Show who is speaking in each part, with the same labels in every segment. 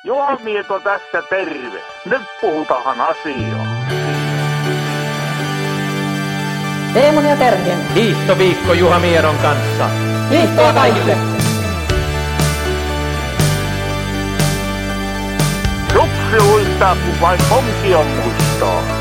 Speaker 1: Juha Mieto tässä terve. Nyt puhutaan asiaa.
Speaker 2: Teemun ja Terhien.
Speaker 3: Hiihtoviikko Juha Miedon kanssa.
Speaker 2: Hiihtoa kaikille!
Speaker 1: Suksi uittaa, kun vain ponkio muistaa.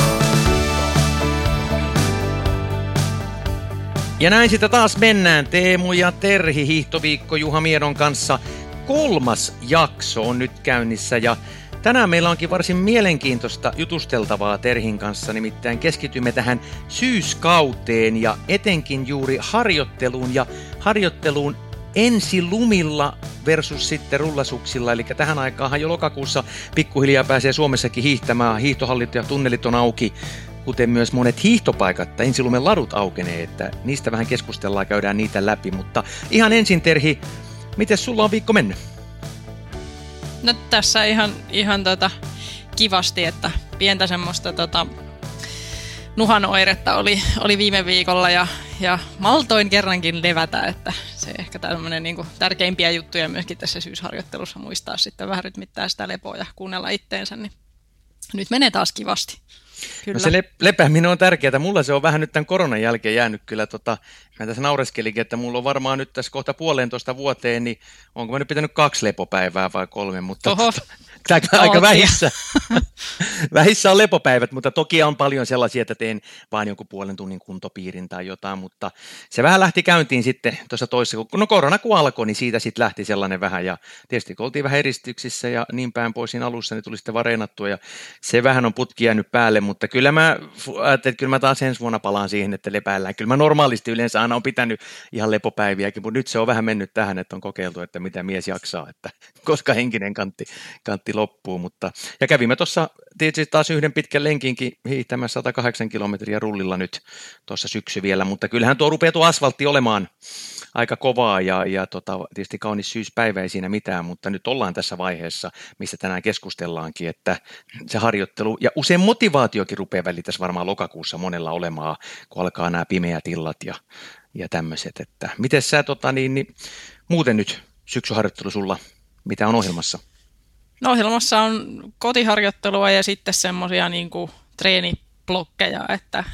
Speaker 3: Ja näin sitä taas mennään. Teemu ja Terhi, hiihtoviikko Juha Miedon kanssa. 3. jakso on nyt käynnissä ja tänään meillä onkin varsin mielenkiintoista jutusteltavaa Terhin kanssa, nimittäin keskitymme tähän syyskauteen ja etenkin juuri harjoitteluun ja harjoitteluun ensilumilla versus sitten rullasuksilla, eli tähän aikaanhan jo lokakuussa pikkuhiljaa pääsee Suomessakin hiihtämään, hiihtohallit ja tunnelit on auki, kuten myös monet hiihtopaikat, ensilumen ladut aukenee, että niistä vähän keskustellaan, käydään niitä läpi, mutta ihan ensin Terhi, miten sulla on viikko mennyt?
Speaker 4: No tässä ihan kivasti, että pientä semmoista nuhan oiretta oli viime viikolla ja maltoin kerrankin levätä, että se ehkä tämmöinen niinku tärkeimpiä juttuja myöskin tässä syysharjoittelussa muistaa sitten vähän rytmittää sitä lepoa ja kuunnella itteensä, niin nyt menee taas kivasti. Kyllä.
Speaker 3: No se lepääminen on tärkeää. Mulla se on vähän nyt tämän koronan jälkeen jäänyt kyllä, mä tässä naureskelinkin, että mulla on varmaan nyt tässä kohta 1,5 vuoteen, niin onko mä nyt pitänyt 2 lepopäivää vai 3, mutta aika vähissä on lepopäivät, mutta toki on paljon sellaisia, että teen vain jonkun 0,5 tunnin kuntopiirin tai jotain, mutta se vähän lähti käyntiin sitten tuossa toisessa, no korona kun alkoi, niin siitä sitten lähti sellainen vähän ja tietysti kun oltiin vähän eristyksissä ja niin päin pois siinä alussa, niin tuli sitten vareenattua ja se vähän on putki jäänyt päälle, mutta kyllä mä ajattelin, että kyllä mä taas ensi vuonna palaan siihen, että lepäällään. Kyllä mä normaalisti yleensä aina on pitänyt ihan lepopäiviäkin, mutta nyt se on vähän mennyt tähän, että on kokeiltu, että mitä mies jaksaa, että koska henkinen kantti loppuu. Ja kävimme tuossa tietysti taas yhden pitkän lenkinkin hiihtämässä 108 kilometriä rullilla nyt tuossa syksy vielä, mutta kyllähän rupeaa tuo asfaltti olemaan aika kovaa ja tietysti kaunis syyspäivä ei siinä mitään, mutta nyt ollaan tässä vaiheessa, missä tänään keskustellaankin, että se harjoittelu ja usein motivaatiokin rupeaa välillä tässä varmaan lokakuussa monella olemaan, kun alkaa nämä pimeät illat ja tämmöiset, että miten sä muuten nyt syksyharjoittelu sulla, mitä on ohjelmassa?
Speaker 4: No ohjelmassa on kotiharjoittelua ja sitten semmoisia niinku treeniblokkeja, että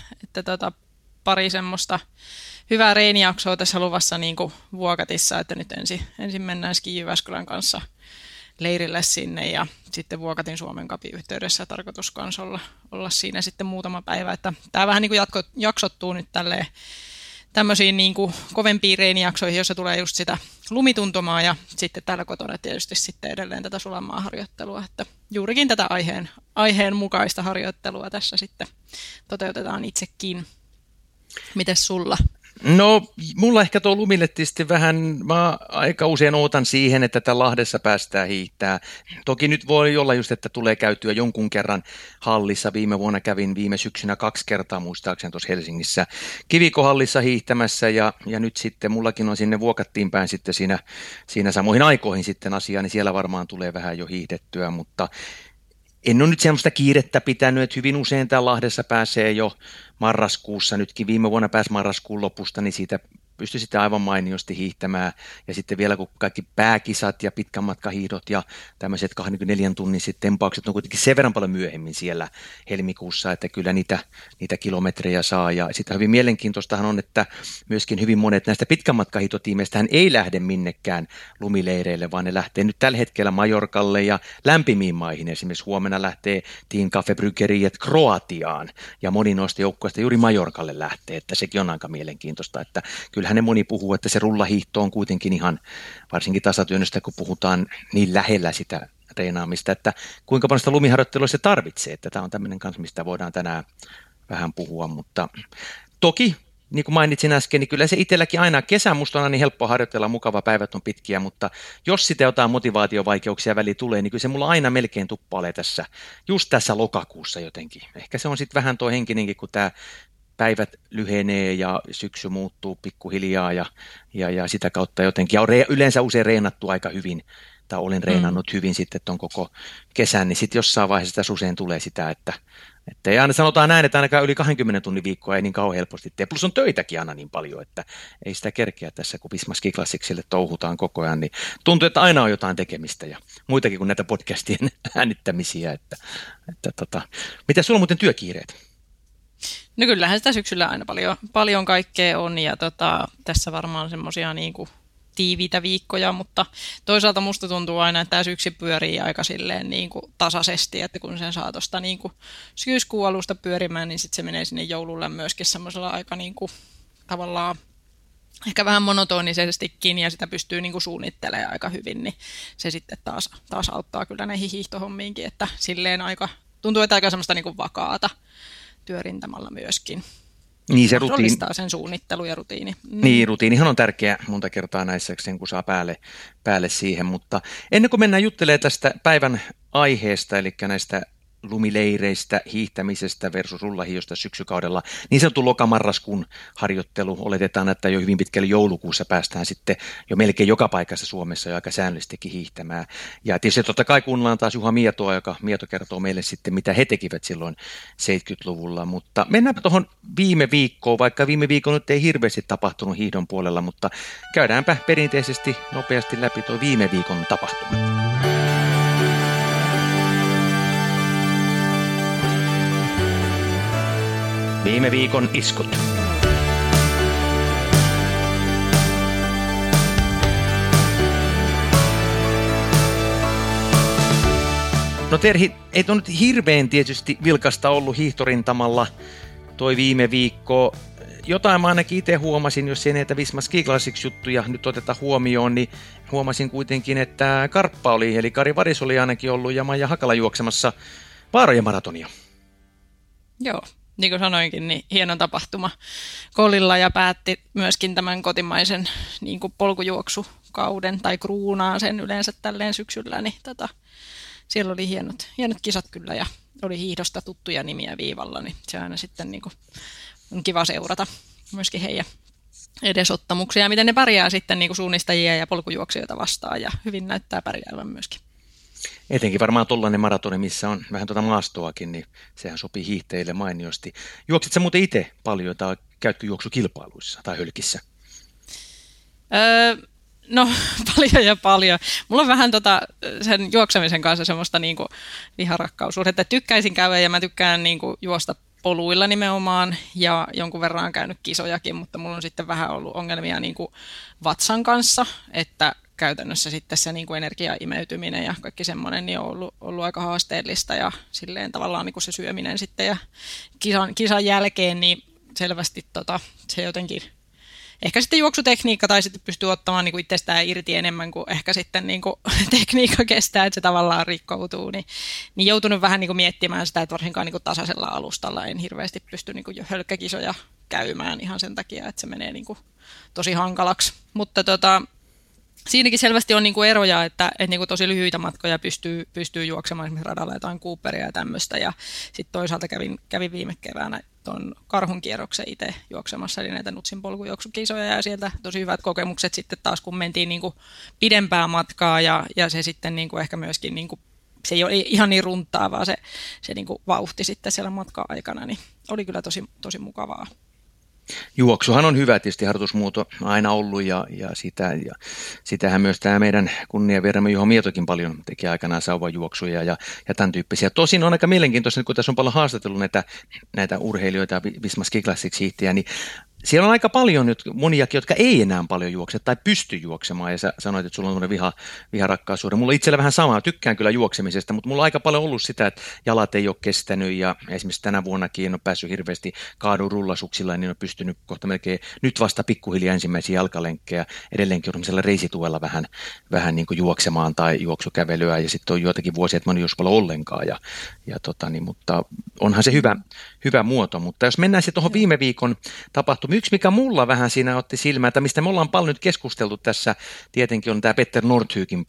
Speaker 4: pari semmoista hyvää reenijaksoa tässä luvassa niinku Vuokatissa, että nyt ensin mennään Ski Jyväskylän kanssa leirille sinne ja sitten Vuokatin Suomen Cupin yhteydessä tarkoitus kanssa olla siinä sitten muutama päivä, että tämä vähän niinku jaksottuu nyt tälleen tämmöisiin niin kovempiin reenijaksoihin, joissa tulee just sitä lumituntumaa ja sitten täällä kotona tietysti sitten edelleen tätä sulamaa harjoittelua, että juurikin tätä aiheen mukaista harjoittelua tässä sitten toteutetaan itsekin. Mites sulla?
Speaker 3: No, mulla ehkä tuo lumille tietysti vähän, mä aika usein ootan siihen, että täällä Lahdessa päästään hiihtää. Toki nyt voi olla just, että tulee käytyä jonkun kerran hallissa. Viime vuonna kävin viime syksynä 2 kertaa muistaakseni tuossa Helsingissä Kivikohallissa hiihtämässä ja nyt sitten mullakin on sinne Vuokattiin päin sitten siinä samoihin aikoihin sitten asiaa, niin siellä varmaan tulee vähän jo hiihdettyä, mutta en ole nyt semmoista kiirettä pitänyt, että hyvin usein täällä Lahdessa pääsee jo marraskuussa, nytkin viime vuonna pääsi marraskuun lopusta, niin siitä pystyi sitten aivan mainiosti hiihtämään. Ja sitten vielä kun kaikki pääkisat ja pitkän matkahiihdot ja tämmöiset 24 tunnin sitten tempaukset on kuitenkin sen verran paljon myöhemmin siellä helmikuussa, että kyllä niitä kilometrejä saa. Ja sitten hyvin mielenkiintoistahan on, että myöskin hyvin monet näistä pitkän matkahiihtotiimeistähän ei lähde minnekään lumileireille, vaan ne lähtee nyt tällä hetkellä Majorkalle ja lämpimiin maihin. Esimerkiksi huomenna lähtee Team Cafe Bryggeriet Kroatiaan ja moni noista joukkueista juuri Majorkalle lähtee, että sekin on aika mielenkiintoista, että kyllähän ne moni puhuu, että se rullahiihto on kuitenkin ihan, varsinkin tasatyönnöstä, kun puhutaan niin lähellä sitä treenaamista, että kuinka paljon sitä lumiharjoittelua se tarvitsee, että tämä on tämmöinen kanssa, mistä voidaan tänään vähän puhua, mutta toki, niin kuin mainitsin äsken, niin kyllä se itselläkin aina kesän musta on niin helppo harjoitella, mukava, päivät on pitkiä, mutta jos sitä jotain motivaatiovaikeuksia väliin tulee, niin kyllä se mulla aina melkein tuppailee just tässä lokakuussa jotenkin. Ehkä se on sitten vähän tuo henkinenkin, kun tämä päivät lyhenee ja syksy muuttuu pikkuhiljaa ja sitä kautta jotenkin, ja on yleensä usein reenattu aika hyvin että olen reenannut hyvin sitten tuon koko kesän, niin sitten jossain vaiheessa tässä usein tulee sitä, että ei aina sanotaan näin, että ainakaan yli 20 tunnin viikkoa ei niin kauhean helposti tee. Plus on töitäkin aina niin paljon, että ei sitä kerkeä tässä, kun Visma Ski Classicsille touhutaan koko ajan, niin tuntuu, että aina on jotain tekemistä ja muitakin kuin näitä podcastien äänittämisiä. Mitä sulla on muuten työkiireet?
Speaker 4: No kyllähän sitä syksyllä aina paljon kaikkea on ja tässä varmaan semmoisia niinku tiiviitä viikkoja, mutta toisaalta musta tuntuu aina, että tämä syksy pyörii aika silleen niinku tasaisesti, että kun sen saa tuosta niinku syyskuun alusta pyörimään, niin sitten se menee sinne joululle myöskin semmoisella aika niinku tavallaan ehkä vähän monotonisestikin ja sitä pystyy niinku suunnittelemaan aika hyvin, niin se sitten taas auttaa kyllä näihin hiihtohommiinkin, että silleen tuntuu, että aika semmoista niinku vakaata työrintamalla myöskin.
Speaker 3: Niin se rutiini.
Speaker 4: Sen suunnittelu ja rutiini.
Speaker 3: Niin, rutiinihan on tärkeä monta kertaa näissä, kun saa päälle siihen, mutta ennen kuin mennään juttelemaan tästä päivän aiheesta, eli näistä lumileireistä, hiihtämisestä versus rullahiosta syksykaudella, niin sanottu lokamarraskuun harjoittelu, oletetaan, että jo hyvin pitkälle joulukuussa päästään sitten jo melkein joka paikassa Suomessa jo aika säännöllisestikin hiihtämään. Ja tietysti totta kai kuunnellaan taas Juha Mietoa, joka Mieto kertoo meille sitten, mitä he tekivät silloin 70-luvulla, mutta mennäänpä tuohon viime viikkoon, vaikka viime viikon nyt ei hirveästi tapahtunut hiihdon puolella, mutta käydäänpä perinteisesti nopeasti läpi tuo viime viikon tapahtumat. Viime viikon iskut. No Terhi, ei tuo nyt hirveän tietysti vilkasta ollut hiihtorintamalla toi viime viikko. Jotain mä ainakin itse huomasin, jos ei näitä Visma Ski Classics-juttuja nyt oteta huomioon, niin huomasin kuitenkin, että Karppa oli, eli Kari Varis oli ainakin ollut ja Maija Hakala juoksemassa Vaarojen maratonia.
Speaker 4: Joo. Niin kuin sanoinkin, niin hieno tapahtuma Kolilla ja päätti myöskin tämän kotimaisen niin kuin polkujuoksukauden tai kruunaa sen yleensä tälleen syksyllä. Niin siellä oli hienot kisat kyllä ja oli hiihdosta tuttuja nimiä viivalla, niin se aina sitten niin kuin on kiva seurata myöskin heidän edesottamuksia ja miten ne pärjää sitten niin kuin suunnistajia ja polkujuoksijoita vastaan ja hyvin näyttää pärjäävän myöskin.
Speaker 3: Etenkin varmaan tuollainen maratoni, missä on vähän tuota maastoakin, niin sehän sopii hiihtäjille mainiosti. Juoksit sä muuten itse paljon tai käytkö juoksukilpailuissa tai hölkissä?
Speaker 4: No paljon. Mulla on vähän sen juoksemisen kanssa semmoista niinku viharakkaussuhdetta, että tykkäisin käydä ja mä tykkään niinku juosta poluilla nimenomaan ja jonkun verran on käynyt kisojakin, mutta mulla on sitten vähän ollut ongelmia niinku vatsan kanssa, että käytännössä sitten se niin kuin energiaimeytyminen ja kaikki semmoinen niin on ollut aika haasteellista ja silleen tavallaan niin kuin se syöminen sitten ja kisan jälkeen niin selvästi se jotenkin ehkä sitten juoksutekniikka tai sitten pystyy ottamaan niin kuin itsestään irti enemmän kuin ehkä sitten niin kuin tekniikka kestää, että se tavallaan rikkoutuu, niin joutunut vähän niin kuin miettimään sitä, että varsinkaan niin kuin tasaisella alustalla en hirveästi pysty niin kuin hölkkäkisoja käymään ihan sen takia, että se menee niin kuin tosi hankalaksi, mutta siinäkin selvästi on niinku eroja, että niinku tosi lyhyitä matkoja pystyy juoksemaan esimerkiksi radalla jotain Cooperia ja tämmöistä. Ja sitten toisaalta kävin viime keväänä tuon Karhun kierroksen itse juoksemassa, eli näitä Nutsin polkujuoksukisoja ja sieltä tosi hyvät kokemukset sitten taas, kun mentiin niinku pidempää matkaa ja se sitten niinku ehkä myöskin, niinku, se ei ole ihan niin runtaavaa se niinku vauhti sitten siellä matka-aikana, niin oli kyllä tosi mukavaa.
Speaker 3: Juoksuhan on hyvä tietysti harjoitusmuoto aina ollut ja sitähän myös tämä meidän kunniavieraamme Juha Mietokin paljon teki aikanaan sauvajuoksuja ja tämän tyyppisiä. Tosin on aika mielenkiintoista, kun tässä on paljon haastatellut näitä urheilijoita, Visma Ski Classics -hiihtäjiä, niin siellä on aika paljon nyt moniakin, jotka ei enää paljon juokse tai pysty juoksemaan, ja sä sanoit, että sulla on semmoinen viharakkaussuhde. Mulla on itsellä vähän samaa, tykkään kyllä juoksemisesta, mutta mulla on aika paljon ollut sitä, että jalat ei ole kestänyt, ja esimerkiksi tänä vuonnakin en ole päässyt hirveästi kaadun rullasuksilla, niin en ole pystynyt kohta melkein nyt vasta pikkuhiljaa ensimmäisiä jalkalenkkejä, edelleenkin on reisituella vähän niin kuin juoksemaan tai juoksukävelyä, ja sitten on joitakin vuosia, että mä en juoksu paljon ollenkaan, mutta onhan se hyvä muoto, mutta jos mennään sitten tuohon viime viikon tapahtumaan, yksi, mikä mulla vähän siinä otti silmää, että mistä me ollaan paljon nyt keskusteltu tässä, tietenkin on tämä Petter Nordhykin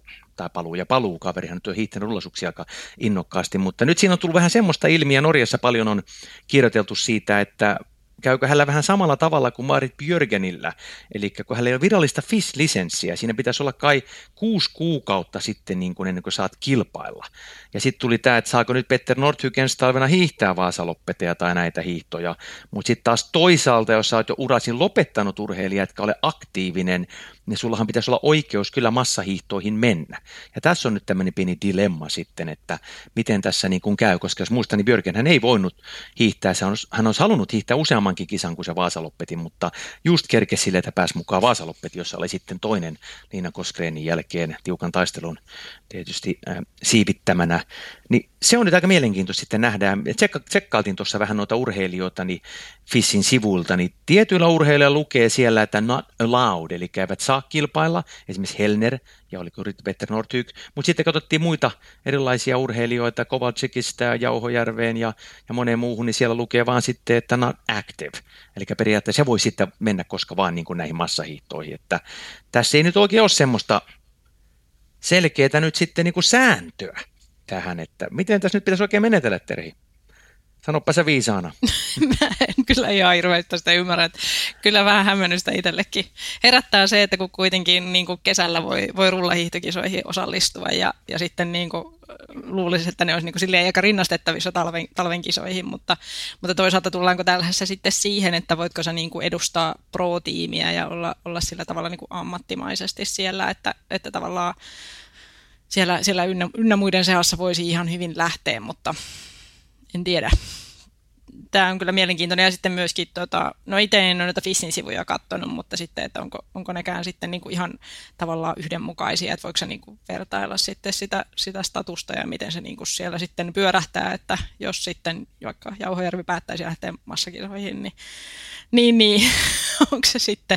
Speaker 3: paluu, kaverihan nyt on hiihtänyt rullasuksia aika innokkaasti, mutta nyt siinä on tullut vähän semmoista ilmiä, Norjassa paljon on kirjoiteltu siitä, että käykö hänellä vähän samalla tavalla kuin Marit Björgenillä, eli kun hänellä ei ole virallista FIS-lisenssiä, siinä pitäisi olla kai 6 kuukautta sitten niin kuin ennen kuin saat kilpailla. Ja sitten tuli tämä, että saako nyt Petter Northug ensi talvena hiihtää Vaasaloppeteja tai näitä hiihtoja, mutta sitten taas toisaalta, jos sä oot jo urasin lopettanut urheilija, etkä ole aktiivinen, niin sullahan pitäisi olla oikeus kyllä massahiihtoihin mennä. Ja tässä on nyt tämmöinen pieni dilemma sitten, että miten tässä niin kuin käy, koska jos muistan, niin Björgen hän ei voinut hiihtää, hän olisi halunnut hiihtää useammankin kisan kuin se Vaasaloppetin, mutta just kerkesi sille, että pääsi mukaan Vaasaloppetin, jossa oli sitten toinen Niina Koskrenin jälkeen tiukan taistelun tietysti siivittämänä. Niin se on nyt aika mielenkiintoista sitten nähdä. Tsekkailtiin tuossa vähän noita urheilijoita niin FISin sivuilta, niin tietyillä urheilijoilla lukee siellä, että not allowed, eli eivät saa kilpailla, esimerkiksi Hellner ja oliko Petter Northug, mutta sitten katsottiin muita erilaisia urheilijoita, Kovalčikista ja Jauhojärveen ja moneen muuhun, niin siellä lukee vaan sitten, että not active, eli periaatteessa se voi sitten mennä koska vaan niin kuin näihin massahiihtoihin, että tässä ei nyt oikein ole semmoista selkeää nyt sitten niin kuin sääntöä tähän, että miten tässä nyt pitäisi oikein menetellä, Terhi? Sanoppa se viisaana.
Speaker 4: Mä en kyllä ihan hirveästi sitä ymmärrä, että kyllä vähän hämmennystä itsellekin herättää se, että kun kuitenkin niin kuin kesällä voi rullahiihtokisoihin osallistua ja sitten niin kuin luulisin, että ne olisi niin kuin silleen aika rinnastettavissa talven kisoihin, mutta toisaalta tullaanko tällaisessa sitten siihen, että voitko sä niin kuin edustaa pro-tiimiä ja olla sillä tavalla niin kuin ammattimaisesti siellä, että tavallaan siellä ynnä muiden seassa voisi ihan hyvin lähteä, mutta en tiedä. Tämä on kyllä mielenkiintoinen ja sitten myöskin, no itse en ole noita FISin sivuja katsonut, mutta sitten, että onko nekään sitten niin kuin ihan tavallaan yhdenmukaisia, että voiko se niin kuin vertailla sitten sitä statusta ja miten se niin kuin siellä sitten pyörähtää, että jos sitten vaikka Jauhojärvi päättäisi lähteä massakisoihin, niin onko se sitten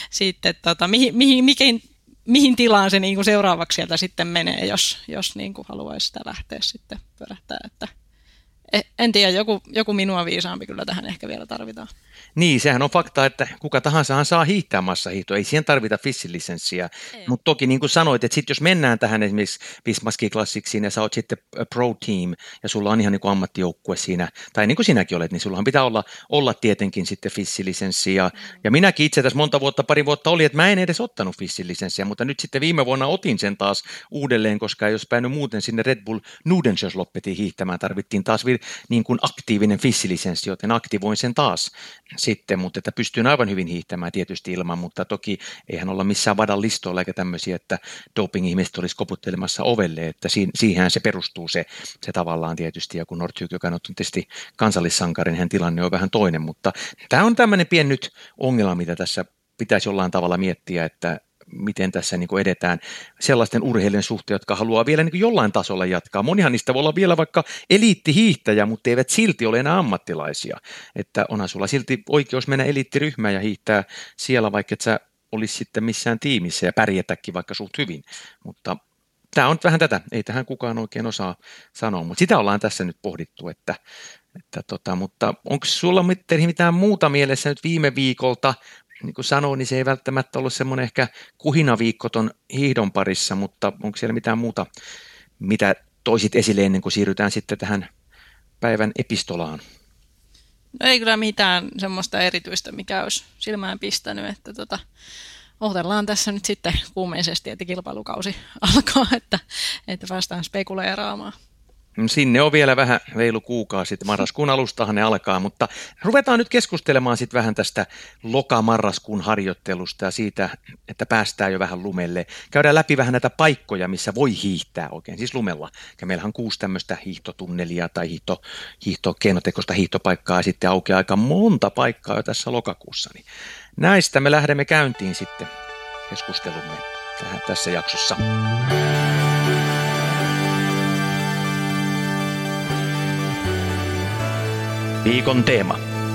Speaker 4: mihin tilaan se niin kuin seuraavaksi sieltä sitten menee, jos niin kuin haluaisi sitä lähteä sitten pyörähtää, että en tiedä, joku minua viisaampi kyllä tähän ehkä vielä tarvitaan.
Speaker 3: Niin, sehän on fakta, että kuka tahansahan saa hiihtää massahiihtoa, ei siihen tarvita FIS-lisenssiä, mutta toki niin kuin sanoit, että sitten jos mennään tähän esimerkiksi Vismaski Classicsiin ja sä oot sitten pro team ja sulla on ihan niin kuin ammattijoukkue siinä, tai niin kuin sinäkin olet, niin sullahan pitää olla tietenkin sitten FIS-lisenssi ja minäkin itse tässä pari vuotta oli, että mä en edes ottanut FIS-lisenssiä, mutta nyt sitten viime vuonna otin sen taas uudelleen, koska ei olisi päänyt muuten sinne Red Bull Nordenskiöldsloppettiin hiihtämään, tarvittiin taas niin kuin aktiivinen FIS-lisenssi, joten aktivoin sen taas sitten, mutta että pystyin aivan hyvin hiihtämään tietysti ilman, mutta toki eihän olla missään vadan listoilla eikä tämmöisiä, että doping-ihmiset olisi koputtelemassa ovelle, että siihen se perustuu se tavallaan tietysti, ja kun Northug, joka on tietysti kansallissankarin, hän tilanne on vähän toinen, mutta tämä on tämmöinen pieni nyt ongelma, mitä tässä pitäisi jollain tavalla miettiä, että miten tässä niin kuin edetään sellaisten urheilijoiden suhteen, jotka haluaa vielä niin kuin jollain tasolla jatkaa. Monihan niistä voi olla vielä vaikka eliittihiihtäjä, mutta eivät silti ole enää ammattilaisia. Että onhan sulla silti oikeus mennä eliittiryhmään ja hiihtää siellä, vaikka et sä olisi sitten missään tiimissä ja pärjätäkin vaikka suht hyvin. Mutta tämä on vähän tätä, ei tähän kukaan oikein osaa sanoa, mutta sitä ollaan tässä nyt pohdittu, mutta onko sulla mitään muuta mielessä nyt viime viikolta? Niin kuin sanoin, niin se ei välttämättä ollut semmoinen ehkä kuhinaviikko ton hiihdon parissa, mutta onko siellä mitään muuta, mitä toisit esille ennen kuin siirrytään sitten tähän päivän epistolaan?
Speaker 4: No ei kyllä mitään semmoista erityistä, mikä olisi silmään pistänyt, että odotellaan tässä nyt sitten kuumeisesti, että kilpailukausi alkaa, että päästään spekuleeraamaan.
Speaker 3: Sinne on vielä vähän reilu kuukausi, marraskuun alustahan ne alkaa, mutta ruvetaan nyt keskustelemaan sitten vähän tästä loka-marraskuun harjoittelusta ja siitä, että päästään jo vähän lumelle. Käydään läpi vähän näitä paikkoja, missä voi hiihtää oikein, siis lumella. Ja meillähän on 6 tämmöistä hiihtotunnelia tai keinotekoista hiihtopaikkaa ja sitten aukeaa aika monta paikkaa jo tässä lokakuussa. Niin näistä me lähdemme käyntiin sitten keskustelumme tässä jaksossa. Viikon teema.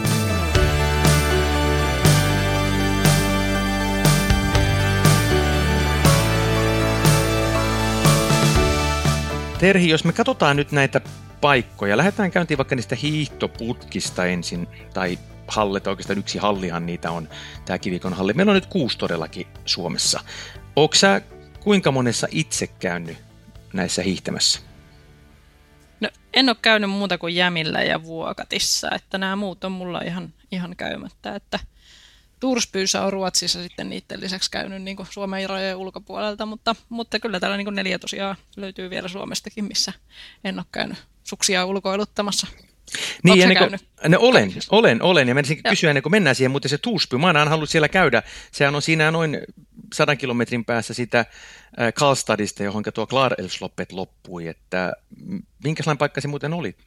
Speaker 3: Terhi, jos me katsotaan nyt näitä paikkoja, lähdetään käyntiin vaikka niistä hiihtoputkista ensin, tai hallit, oikeastaan yksi hallihan niitä on, tämä Kivikon halli. Meillä on nyt 6 todellakin Suomessa. Oletko sä kuinka monessa itse käynyt näissä hiihtämässä?
Speaker 4: No en ole käynyt muuta kuin Jämillä ja Vuokatissa, että nämä muut on mulla ihan käymättä, että Turspyyssä on Ruotsissa sitten niiden lisäksi käynyt niin kuin Suomen rajojen ulkopuolelta, mutta kyllä täällä niin kuin 4 tosiaan löytyy vielä Suomestakin, missä en ole käynyt suksia ulkoiluttamassa.
Speaker 3: Niin, olen, ja menisinkin kysyä ennen kuin mennään siihen, mutta se Torsby, mä oon halunnut siellä käydä, sehän on siinä noin 100 kilometrin päässä sitä Karlstadista, johon tuo Klarälvsloppet loppui, että minkälainen paikka se muuten oli?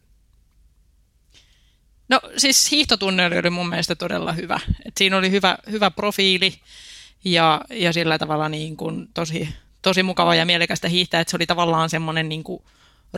Speaker 4: No siis hiihtotunneli oli mun mielestä todella hyvä, että siinä oli hyvä profiili ja sillä tavalla niin kuin tosi mukava ja mielekästä hiihtää, että se oli tavallaan semmoinen niin kuin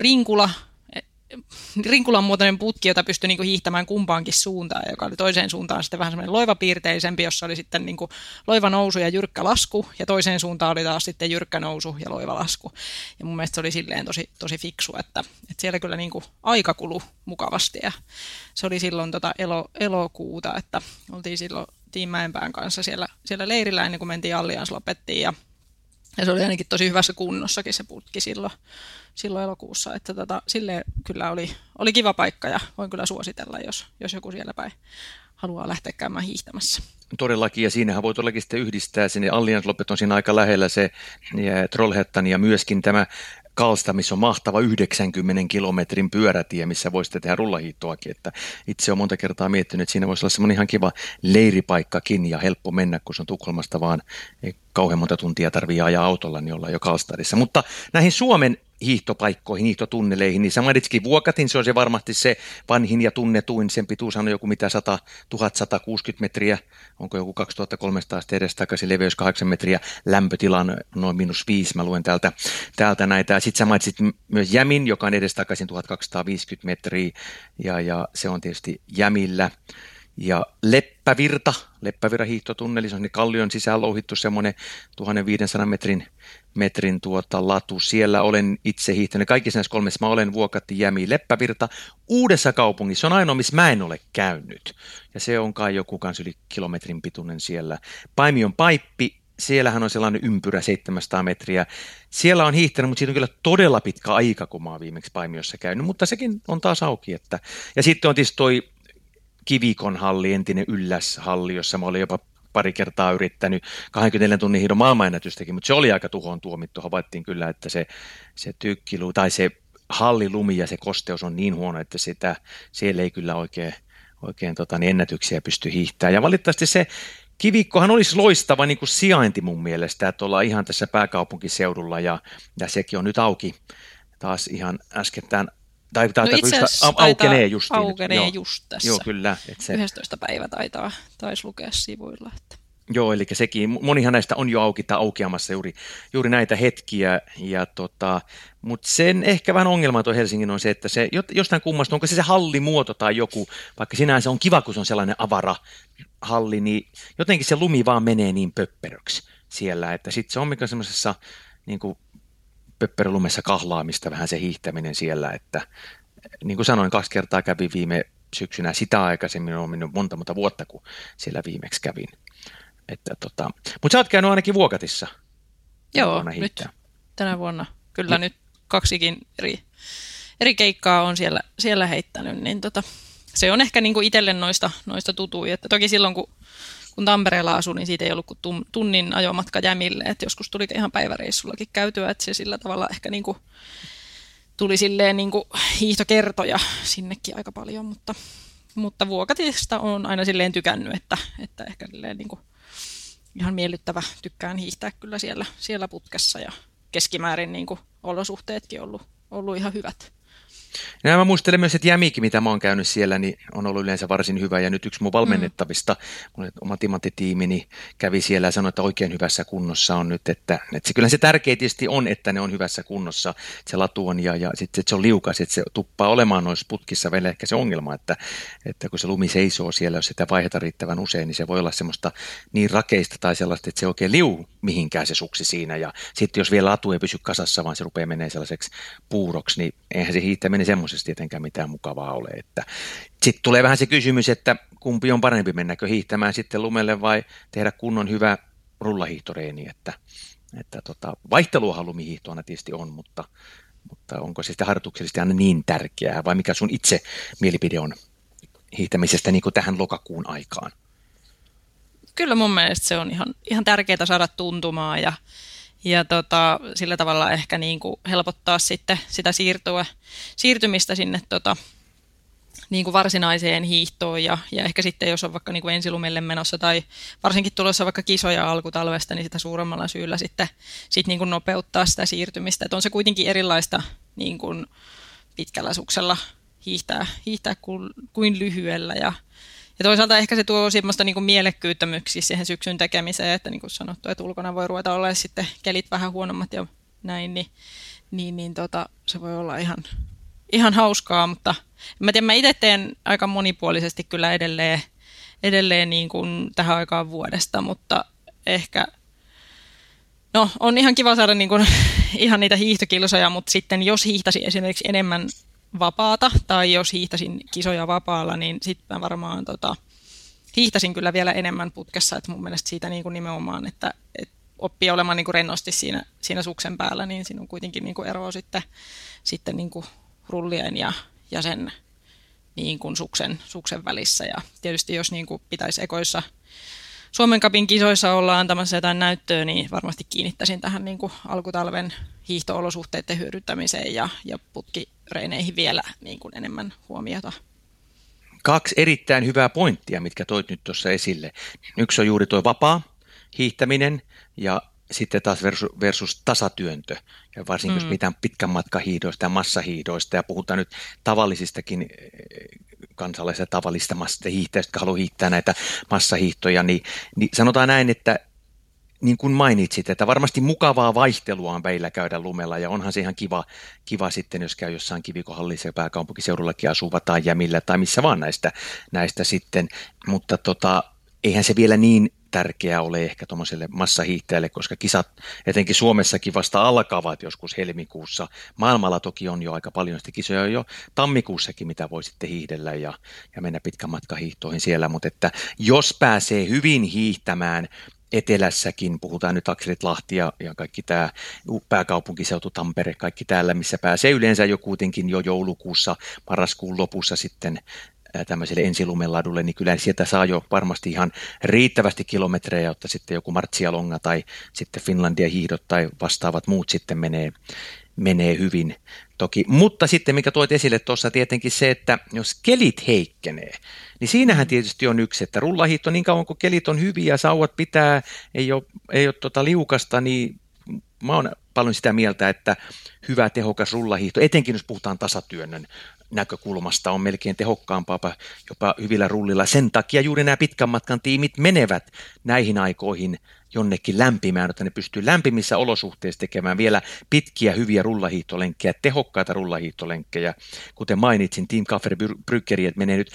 Speaker 4: rinkulan muotoinen putki, jota pystyi niin kuin hiihtämään kumpaankin suuntaan, joka oli toiseen suuntaan sitten vähän semmoinen loivapiirteisempi, jossa oli sitten niin kuin loiva nousu ja jyrkkä lasku, ja toiseen suuntaan oli taas sitten jyrkkä nousu ja loiva lasku. Ja mun mielestä se oli silleen tosi fiksu, että siellä kyllä niin kuin aika kului mukavasti, ja se oli silloin elokuuta, että oltiin silloin Team Mäenpään kanssa siellä leirillä ennen kuin mentiin Allians Lopettiin, ja se oli ainakin tosi hyvässä kunnossakin se putki silloin elokuussa, että silleen kyllä oli kiva paikka ja voin kyllä suositella, jos joku siellä päin haluaa lähteä käymään hiihtämässä.
Speaker 3: Todellakin, ja siinähän voi todellakin sitten yhdistää sinne, Allians Loppet on siinä aika lähellä se Trollhättan ja myöskin tämä Karlstad, missä on mahtava 90 kilometrin pyörätie, missä voi sitten tehdä rullahiihtoakin, että itse olen monta kertaa miettinyt, että siinä voisi olla semmoinen ihan kiva leiripaikkakin ja helppo mennä, kun se on Tukholmasta vaan ei kauhean monta tuntia tarvitse ajaa autolla, niin ollaan jo Karlstadissa. Mutta näihin Suomen hiihtopaikkoihin, hiihtotunneleihin, niin sä mainitsikin Vuokatin, se on se varmasti se vanhin ja tunnetuin, sen pituus on joku mitä 1160 metriä, onko joku 2300 edestakaisin, leveys 8 metriä, lämpötilan noin -5, mä luen täältä näitä. Sitten sä mainitsit myös Jämin, joka on edestakaisin 1250 metriä, ja se on tietysti Jämillä. Ja Leppävirta hiihtotunneli, se on niin kallion sisään louhittu semmoinen 1500 metrin latu. Siellä olen itse hiihtänyt. Kaikissa näissä 3 mä olen Vuokatti, Jämi, Leppävirta. Uudessa kaupungissa on ainoa, missä mä en ole käynyt. Ja se on kai joku kans yli kilometrin pituinen siellä. Paimion Paippi, siellähän on sellainen ympyrä 700 metriä. Siellä on hiihtänyt, mutta siitä on kyllä todella pitkä aika, kun mä oon viimeksi Paimiossa käynyt. Mutta sekin on taas auki. Ja sitten on tietysti toi Kivikon halli, entinen Ylläs-halli, jossa mä olin jopa pari kertaa yrittänyt 24 tunnin hiidon maailmanennätystäkin, mutta se oli aika tuhoon tuomittu. Havaittiin kyllä, että se tykkilu tai se hallilumi ja se kosteus on niin huono, että siellä ei kyllä oikein ennätyksiä pysty hiihtämään. Ja valitettavasti se Kivikkohan olisi loistava niin kuin sijainti mun mielestä, että ollaan ihan tässä pääkaupunkiseudulla ja sekin on nyt auki taas ihan äskettäin. Aukenee just tässä. Joo, kyllä.
Speaker 4: 11. päivä taisi lukea sivuilla. Että.
Speaker 3: Joo, eli sekin, monihan näistä on jo auki tai aukeamassa juuri näitä hetkiä, mutta sen ehkä vähän ongelma tuo Helsingin on se, että se jostain kummasta, onko se hallimuoto tai joku, vaikka sinänsä on kiva, kun se on sellainen avara halli, niin jotenkin se lumi vaan menee niin pöpperöksi siellä, että sitten se on mikä semmoisessa niin kuin pöpperölumessa kahlaamista vähän se hiihtäminen siellä, että niin kuin sanoin, 2 kertaa kävin viime syksynä, sitä aikaisemmin on mennyt monta vuotta, kun siellä viimeksi kävin. Mutta sä oot käynyt ainakin Vuokatissa.
Speaker 4: Joo, nyt tänä vuonna. Kyllä nyt 2 eri keikkaa on siellä heittänyt, niin se on ehkä niinku itselle noista tutui. Että toki silloin, kun Tampereella asuin, niin siitä ei ollut kuin tunnin ajomatka Jämille, että joskus tuli ihan päiväreissullakin käytyä, että se sillä tavalla ehkä niinku tuli silleen niinku hiihtokertoja sinnekin aika paljon, mutta Vuokatista on aina silleen tykännyt, että ehkä silleen niinku ihan miellyttävä, tykkään hiihtää kyllä siellä putkessa ja keskimäärin niinku olosuhteetkin ollut ihan hyvät.
Speaker 3: Ja mä muistelen myös, että Jämikin, mitä mä oon käynyt siellä, niin on ollut yleensä varsin hyvä. Ja nyt yksi mun valmennettavista, oma timanttitiimini kävi siellä ja sanoi, että oikein hyvässä kunnossa on nyt. Että kyllä se tärkeä tietysti on, että ne on hyvässä kunnossa. Se latu on ja sitten se on liukas, että se tuppaa olemaan noissa putkissa vielä ehkä se ongelma, että kun se lumi seisoo siellä, jos sitä vaihdetaan riittävän usein, niin se voi olla semmoista niin rakeista tai sellaista, että se oikein liu mihinkään se suksi siinä. Ja sitten jos vielä latu ei pysy kasassa, vaan se rupeaa menemään sellaiseksi puuroksi, niin eihän se hiihtäminen semmoisesta tietenkään mitään mukavaa ole. Sitten tulee vähän se kysymys, että kumpi on parempi, mennäkö hiihtämään sitten lumelle vai tehdä kunnon hyvä rullahiihtoreeni, että vaihteluahan lumihiihtoana tietysti on, mutta mutta onko se sitten harjoituksellisesti aina niin tärkeää, vai mikä sun itse mielipide on hiihtämisestä niin kuin tähän lokakuun aikaan?
Speaker 4: Kyllä mun mielestä se on ihan tärkeää saada tuntumaan ja sillä tavalla ehkä niin kuin helpottaa sitten sitä siirtymistä sinne niin kuin varsinaiseen hiihtoon ja ehkä sitten jos on vaikka niin kuin ensilumelle menossa tai varsinkin tulossa vaikka kisoja alkutalvesta, niin sitä suuremmalla syyllä sitten niin kuin nopeuttaa sitä siirtymistä. Että on se kuitenkin erilaista niin kuin pitkällä suksella hiihtää kuin lyhyellä ja toisaalta ehkä se tuo semmoista niin kuin mielekkyyttä siihen syksyn tekemiseen, että niin kuin sanottu, että ulkona voi ruveta olemaan sitten kelit vähän huonommat ja näin, niin se voi olla ihan hauskaa, mutta mä itse teen aika monipuolisesti kyllä edelleen niin kuin tähän aikaan vuodesta, mutta ehkä on ihan kiva saada niin kuin ihan niitä hiihtokilsoja, mutta sitten jos hiihtäisin esimerkiksi enemmän vapaata tai jos hiihtäisin kisoja vapaalla, niin sitten mä varmaan hiihtäisin kyllä vielä enemmän putkessa, että mun mielestä siitä niin kuin nimenomaan, että oppii olemaan niin kuin rennosti siinä suksen päällä, niin siinä on kuitenkin niin kuin eroa sitten niin kuin rullien ja sen niin kuin suksen välissä. Ja tietysti jos niin kuin pitäisi ekoissa Suomen Cupin kisoissa olla antamassa jotain näyttöä, niin varmasti kiinnittäisin tähän niin kuin alkutalven hiihto-olosuhteiden hyödyntämiseen ja putkireineihin vielä niin kuin enemmän huomiota.
Speaker 3: 2 erittäin hyvää pointtia, mitkä toit nyt tuossa esille. Yksi on juuri tuo vapaa hiihtäminen ja sitten taas versus tasatyöntö. Ja varsinkin jos mitään pitkän matkahiihdoista ja massahiihdoista ja puhutaan nyt tavallisistakin kansalaisista tavallisista massahiihtäjistä, jotka haluaa hiihtää näitä massahiihtoja, niin sanotaan näin, että niin kuin mainitsit, että varmasti mukavaa vaihtelua on välillä käydä lumella ja onhan se ihan kiva sitten, jos käy jossain kivikohallissa ja pääkaupunkiseudullakin asuva tai jämillä tai missä vaan näistä sitten, mutta eihän se vielä niin tärkeää ole ehkä tuommoiselle massahiihtäjälle, koska kisat etenkin Suomessakin vasta alkavat joskus helmikuussa. Maailmalla toki on jo aika paljon sitä kisoja jo tammikuussakin, mitä voi sitten hiihdellä ja mennä pitkän matkahiihtoihin siellä, mutta että jos pääsee hyvin hiihtämään etelässäkin, puhutaan nyt Akselit, Lahti ja kaikki tämä pääkaupunkiseutu, Tampere, kaikki täällä, missä pääsee yleensä jo kuitenkin jo joulukuussa, marraskuun lopussa sitten tämmöiselle ensilumeladulle, niin kyllä sieltä saa jo varmasti ihan riittävästi kilometrejä, jotta sitten joku Martsialonga tai sitten Finlandia hiihdot tai vastaavat muut sitten menee hyvin toki. Mutta sitten mikä toit esille tuossa tietenkin se, että jos kelit heikkenee, niin siinähän tietysti on yksi, että rullahiihto niin kauan kun kelit on hyviä, sauvat pitää, ei ole liukasta, niin mä oon paljon sitä mieltä, että hyvä tehokas rullahiihto, etenkin jos puhutaan tasatyönnön näkökulmasta, on melkein tehokkaampaa jopa hyvillä rullilla. Sen takia juuri nämä pitkän matkan tiimit menevät näihin aikoihin jonnekin lämpimään, että ne pystyy lämpimissä olosuhteissa tekemään vielä pitkiä hyviä rullahiihtolenkkejä, tehokkaita rullahiihtolenkkejä. Kuten mainitsin, Team Kaffer Bryggeriet menee nyt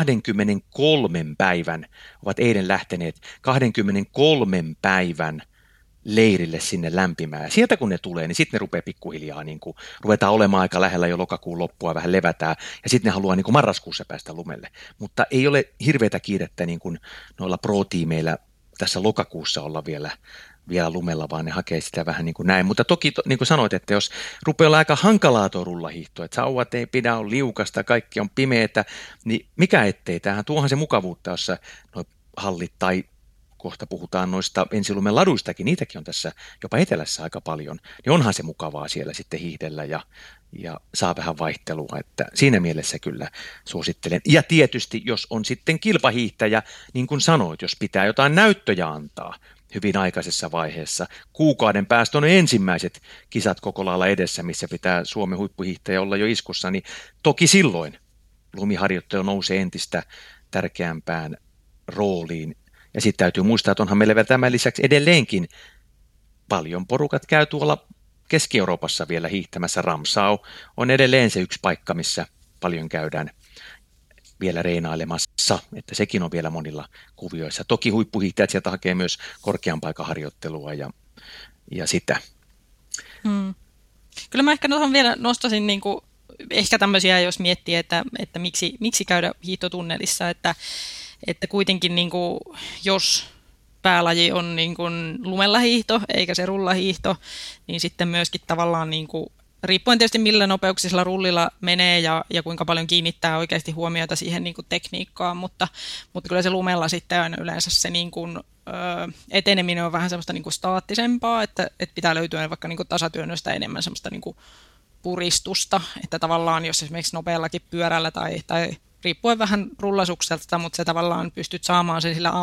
Speaker 3: 23 päivän, ovat eilen lähteneet 23 päivän leirille sinne lämpimään. Ja sieltä kun ne tulee, niin sitten ne rupeaa pikkuhiljaa, niin kuin, ruvetaan olemaan aika lähellä jo lokakuun loppua, vähän levätään, ja sitten ne haluaa niin kuin marraskuussa päästä lumelle. Mutta ei ole hirveätä kiirettä niin kuin noilla pro-tiimeillä tässä lokakuussa olla vielä lumella, vaan ne hakee sitä vähän niin kuin näin. Mutta toki, niin kuin sanoit, että jos rupeaa olla aika hankalaa tuo rullahiihto, että sauvat ei pidä, on liukasta, kaikki on pimeätä, niin mikä ettei, tämähän tuohan se mukavuutta, jossa nuo hallit tai kohta puhutaan noista ensilumen laduistakin, niitäkin on tässä jopa etelässä aika paljon, niin onhan se mukavaa siellä sitten hiihdellä ja saa vähän vaihtelua, että siinä mielessä kyllä suosittelen. Ja tietysti, jos on sitten kilpahiihtäjä, niin kuin sanoit, jos pitää jotain näyttöjä antaa hyvin aikaisessa vaiheessa, kuukauden päästä on ensimmäiset kisat koko lailla edessä, missä pitää Suomen huippuhiihtäjä olla jo iskussa, niin toki silloin lumiharjoittelu nousee entistä tärkeämpään rooliin. Ja sitten täytyy muistaa, että onhan meillä vielä tämän lisäksi edelleenkin paljon porukat käy tuolla Keski-Euroopassa vielä hiihtämässä. Ramsau on edelleen se yksi paikka, missä paljon käydään vielä reenailemassa, että sekin on vielä monilla kuvioissa. Toki huippuhiihtäjät sieltä hakee myös korkean paikan harjoittelua ja sitä.
Speaker 4: Kyllä mä ehkä vielä nostaisin niin kuin, ehkä tämmöisiä, jos miettii, että miksi käydä hiihtotunnelissa, että kuitenkin niin kuin, jos päälaji on niin kuin lumella hiihto eikä se rullahiihto, niin sitten myöskin tavallaan niin kuin riippuen tietysti millä nopeuksilla rullilla menee ja kuinka paljon kiinnittää oikeasti huomiota siihen niin kuin tekniikkaan, mutta kyllä se lumella sitten aina yleensä se niin kuin, eteneminen on vähän semmoista niin kuin staattisempaa, että pitää löytyä vaikka niin kuin tasatyönnöstä enemmän semmoista niin kuin puristusta, että tavallaan jos esimerkiksi nopeallakin pyörällä tai riippuen vähän rullasukselta, mutta se tavallaan pystyt saamaan sen sillä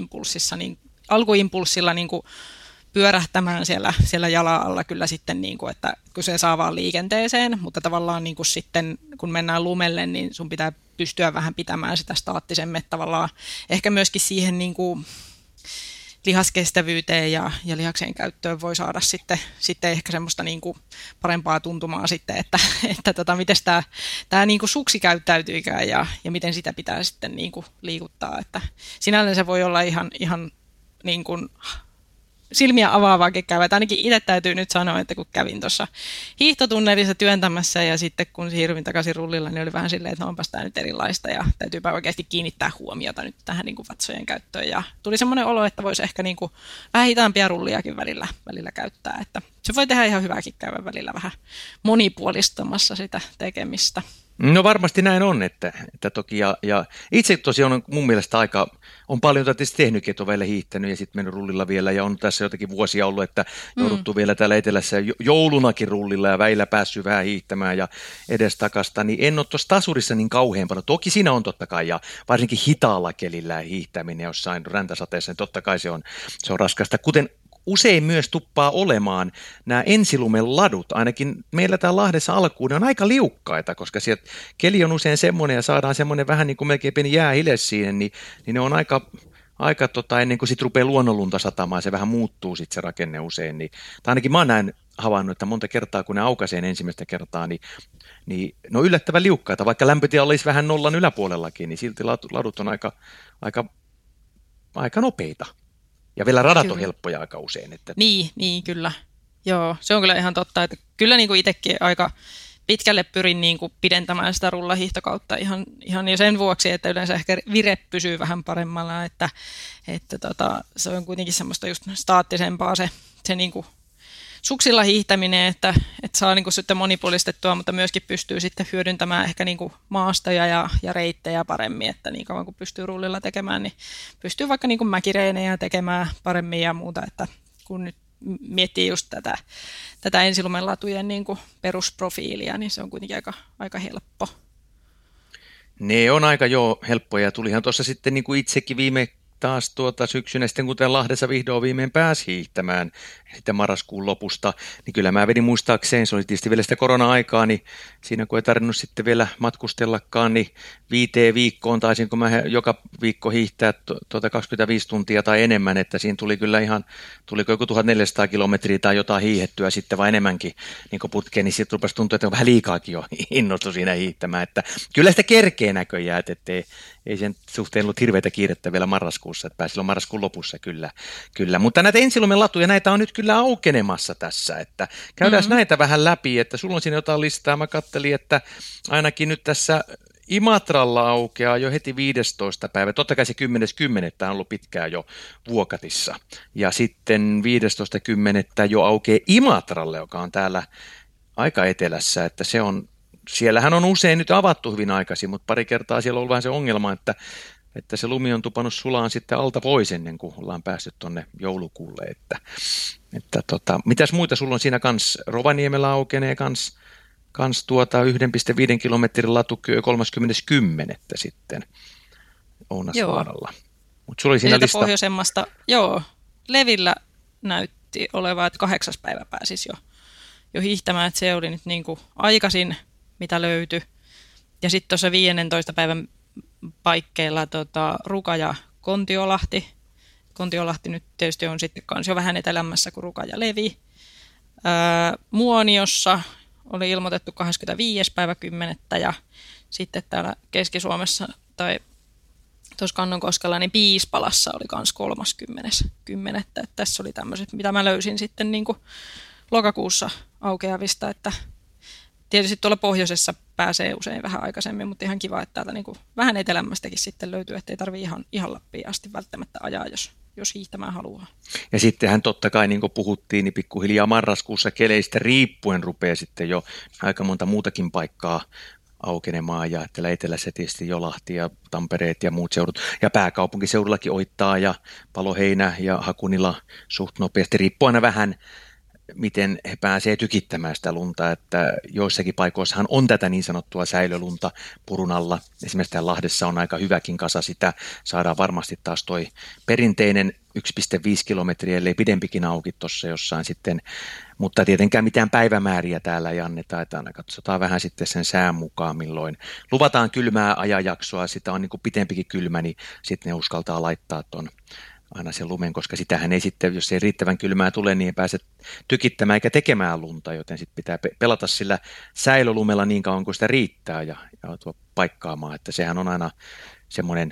Speaker 4: alkuimpulssilla niin kuin pyörähtämään siellä jalan alla kyllä sitten, niin kuin, että kun se saa vaan liikenteeseen, mutta tavallaan niin kuin sitten kun mennään lumelle, niin sun pitää pystyä vähän pitämään sitä staattisemmin, tavallaan ehkä myöskin siihen niin kuin lihaskestävyyteen ja lihakseen käyttöön voi saada sitten ehkä semmoista niin kuin parempaa tuntumaa sitten, että miten tämä niin kuin suksi käyttäytyykään ja miten sitä pitää sitten niin kuin liikuttaa, että sinällään se voi olla ihan niin kuin silmiä avaavaakin käydä. Ainakin itse täytyy nyt sanoa, että kun kävin tuossa hiihtotunnelissa työntämässä ja sitten kun siirryin takaisin rullilla, niin oli vähän silleen, että no onpas tämä nyt erilaista ja täytyypä oikeasti kiinnittää huomiota nyt tähän niin kuin vatsojen käyttöön. Ja tuli semmoinen olo, että voisi ehkä niin kuin vähän hitaampia rulliakin välillä käyttää. Että se voi tehdä ihan hyvääkin käydä välillä vähän monipuolistamassa sitä tekemistä.
Speaker 3: No varmasti näin on, että toki ja itse tosiaan on mun mielestä on paljon tietysti tehnytkin, että on välillä hiihtänyt ja sitten mennyt rullilla vielä ja on tässä jotakin vuosia ollut, että jouduttu vielä täällä etelässä joulunakin rullilla ja väillä päässyt vähän hiihtämään ja edestakasta, niin en ole tuossa tasurissa niin kauhean paljon. Toki siinä on totta kai ja varsinkin hitaalla kelillä hiihtäminen jossain räntäsateessa, niin totta kai se on raskasta, kuten usein myös tuppaa olemaan nämä ensilumen ladut, ainakin meillä täällä Lahdessa alkuun, ne on aika liukkaita, koska sieltä keli on usein semmoinen ja saadaan semmoinen vähän niin kuin melkein pieni jäähile siihen, niin ne on aika ennen kuin sitten rupeaa luonnonlunta satamaan, se vähän muuttuu sitten se rakenne usein, tai ainakin mä oon näin havainnut, että monta kertaa kun ne aukaisee ensimmäistä kertaa, niin ne on yllättävän liukkaita, vaikka lämpötila olisi vähän nollan yläpuolellakin, niin silti ladut on aika nopeita. Ja vielä radat on helppoja aika usein. Että
Speaker 4: Niin, kyllä. Joo, se on kyllä ihan totta, että kyllä niin kuin itsekin aika pitkälle pyrin niin kuin pidentämään sitä rullahiihtokautta ihan jo sen vuoksi, että yleensä ehkä vire pysyy vähän paremmalla, että se on kuitenkin semmoista just staattisempaa se niin kuin suksilla hiihtäminen, että saa niin kuin sitten monipuolistettua, mutta myöskin pystyy sitten hyödyntämään ehkä niin kuin maastoja ja reittejä paremmin, että niin kauan kun pystyy rullilla tekemään, niin pystyy vaikka niin kuin mäkireenejä tekemään paremmin ja muuta, että kun nyt miettii just tätä ensilumen latujen niin kuin perusprofiilia, niin se on kuitenkin aika helppo.
Speaker 3: Ne on aika helppoja. Tulihan tuossa sitten niin kuin itsekin viime taas syksynä sitten, kuten Lahdessa vihdoin viimein pääsi hiihtämään sitten marraskuun lopusta, niin kyllä mä vedin muistaakseen, se oli tietysti vielä sitä korona-aikaa, niin siinä kun ei tarvinnut sitten vielä matkustellakaan, niin 5 viikkoon taisinko mä joka viikko hiihtää 25 tuntia tai enemmän, että siinä tuli kyllä tuliko joku 1400 kilometriä tai jotain hiihettyä sitten vai enemmänkin niin putkeen, niin sitten rupesi tuntua, että on vähän liikaakin jo innostu siinä hiihtämään, että kyllä sitä kerkee näköjään, että ei sen suhteen ollut hirveätä kiirettä vielä marraskuussa, että pääsi silloin marraskuun lopussa kyllä. Mutta näitä ensilumen latuja, näitä on nyt kyllä aukenemassa tässä, että käydään näitä vähän läpi, että sulla on siinä jotain listaa, mä kattelin, että ainakin nyt tässä Imatralla aukeaa jo heti 15. päivä, totta kai se 10.10. on ollut pitkään jo Vuokatissa, ja sitten 15.10. jo aukeaa Imatralle, joka on täällä aika etelässä, että siellähän on usein nyt avattu hyvin aikaisin, mutta pari kertaa siellä on ollut vähän se ongelma, että se lumi on tupannut sulaan sitten alta pois ennen kuin ollaan päässyt tuonne joulukuulle. Mitäs muita sulla on siinä kanssa? Rovaniemellä aukenee kans 1,5 kilometrin latukyö 30.10. sitten Ounasvaaralla. Mutta sulla oli siinä lista.
Speaker 4: Pohjoisemmasta, Levillä näytti oleva, että 8. päivä pääsisi jo hiihtämään, että se oli nyt niin kuin aikaisin, mitä löytyi. Ja sitten tuossa 15. päivän paikkeilla Ruka ja Kontiolahti. Kontiolahti nyt tietysti on sitten kans jo vähän etelämmässä kuin Ruka ja Levi. Muoniossa oli ilmoitettu 25. päivä 10. ja sitten täällä Keski-Suomessa tai tuossa Kannonkoskella niin Piispalassa oli kans 30.10. Tässä oli tämmöiset, mitä mä löysin sitten niin kuin lokakuussa aukeavista, että tietysti tuolla pohjoisessa pääsee usein vähän aikaisemmin, mutta ihan kiva, että täältä niin kuin vähän etelämmästäkin sitten löytyy, ettei tarvitse ihan Lappiin asti välttämättä ajaa, jos hiihtämään haluaa.
Speaker 3: Ja sittenhän totta kai, niin kuin puhuttiin, niin pikkuhiljaa marraskuussa keleistä riippuen rupeaa sitten jo aika monta muutakin paikkaa aukenemaan, ja että etelässä tietysti jo Lahti ja Tampereet ja muut seudut, ja pääkaupunkiseudullakin Oittaa ja Paloheinä ja Hakunila suht nopeasti, riippuu aina vähän, miten he pääsee tykittämään sitä lunta, että joissakin paikoissahan on tätä niin sanottua säilölunta purun alla. Esimerkiksi täällä Lahdessa on aika hyväkin kasa sitä, saadaan varmasti taas toi perinteinen 1,5 kilometriä, ellei pidempikin auki tuossa jossain sitten, mutta tietenkään mitään päivämääriä täällä ei anneta, että aina katsotaan vähän sitten sen sään mukaan, milloin luvataan kylmää ajanjaksoa, sitä on niin kuin pitempikin kylmä, niin sitten ne uskaltaa laittaa tuon aina sen lumen, koska sitähän ei sitten, jos ei riittävän kylmää tule, niin ei pääse tykittämään eikä tekemään lunta, joten sitten pitää pelata sillä säilölumella niin kauan kuin sitä riittää ja joutua paikkaamaan, että sehän on aina semmoinen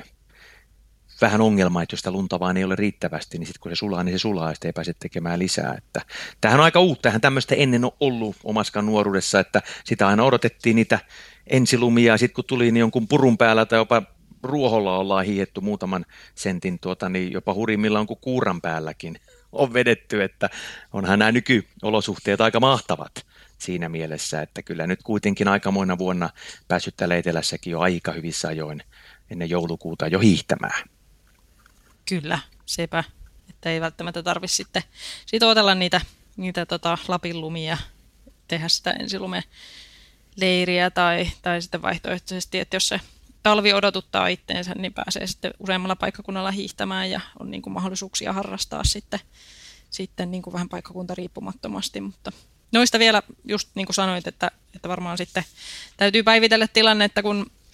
Speaker 3: vähän ongelma, että jos sitä lunta vaan ei ole riittävästi, niin sitten kun se sulaa, niin se sulaa ja sitten ei pääse tekemään lisää. Että tämähän on aika uutta, tämähän tämmöistä ennen on ollut omaskaan nuoruudessa, että sitä aina odotettiin niitä ensilumia ja sitten kun tuli niin jonkun purun päällä tai jopa ruoholla ollaan hiihetty muutaman sentin, niin jopa hurimmillaan kuin kuuran päälläkin on vedetty, että onhan nämä nykyolosuhteet aika mahtavat siinä mielessä, että kyllä nyt kuitenkin aikamoina vuonna päässyt täällä etelässäkin jo aika hyvissä ajoin ennen joulukuuta jo hiihtämään.
Speaker 4: Kyllä, sepä, että ei välttämättä tarvitse sitten odotella niitä Lapin lumia, tehdä sitä ensilumeleiriä tai sitten vaihtoehtoisesti, että jos se talvi odotuttaa itteensä, niin pääsee sitten useammalla paikkakunnalla hiihtämään ja on niin kuin mahdollisuuksia harrastaa sitten niin kuin vähän paikkakuntariippumattomasti. Mutta noista vielä just niin kuin sanoit, että varmaan sitten täytyy päivitellä tilanne, että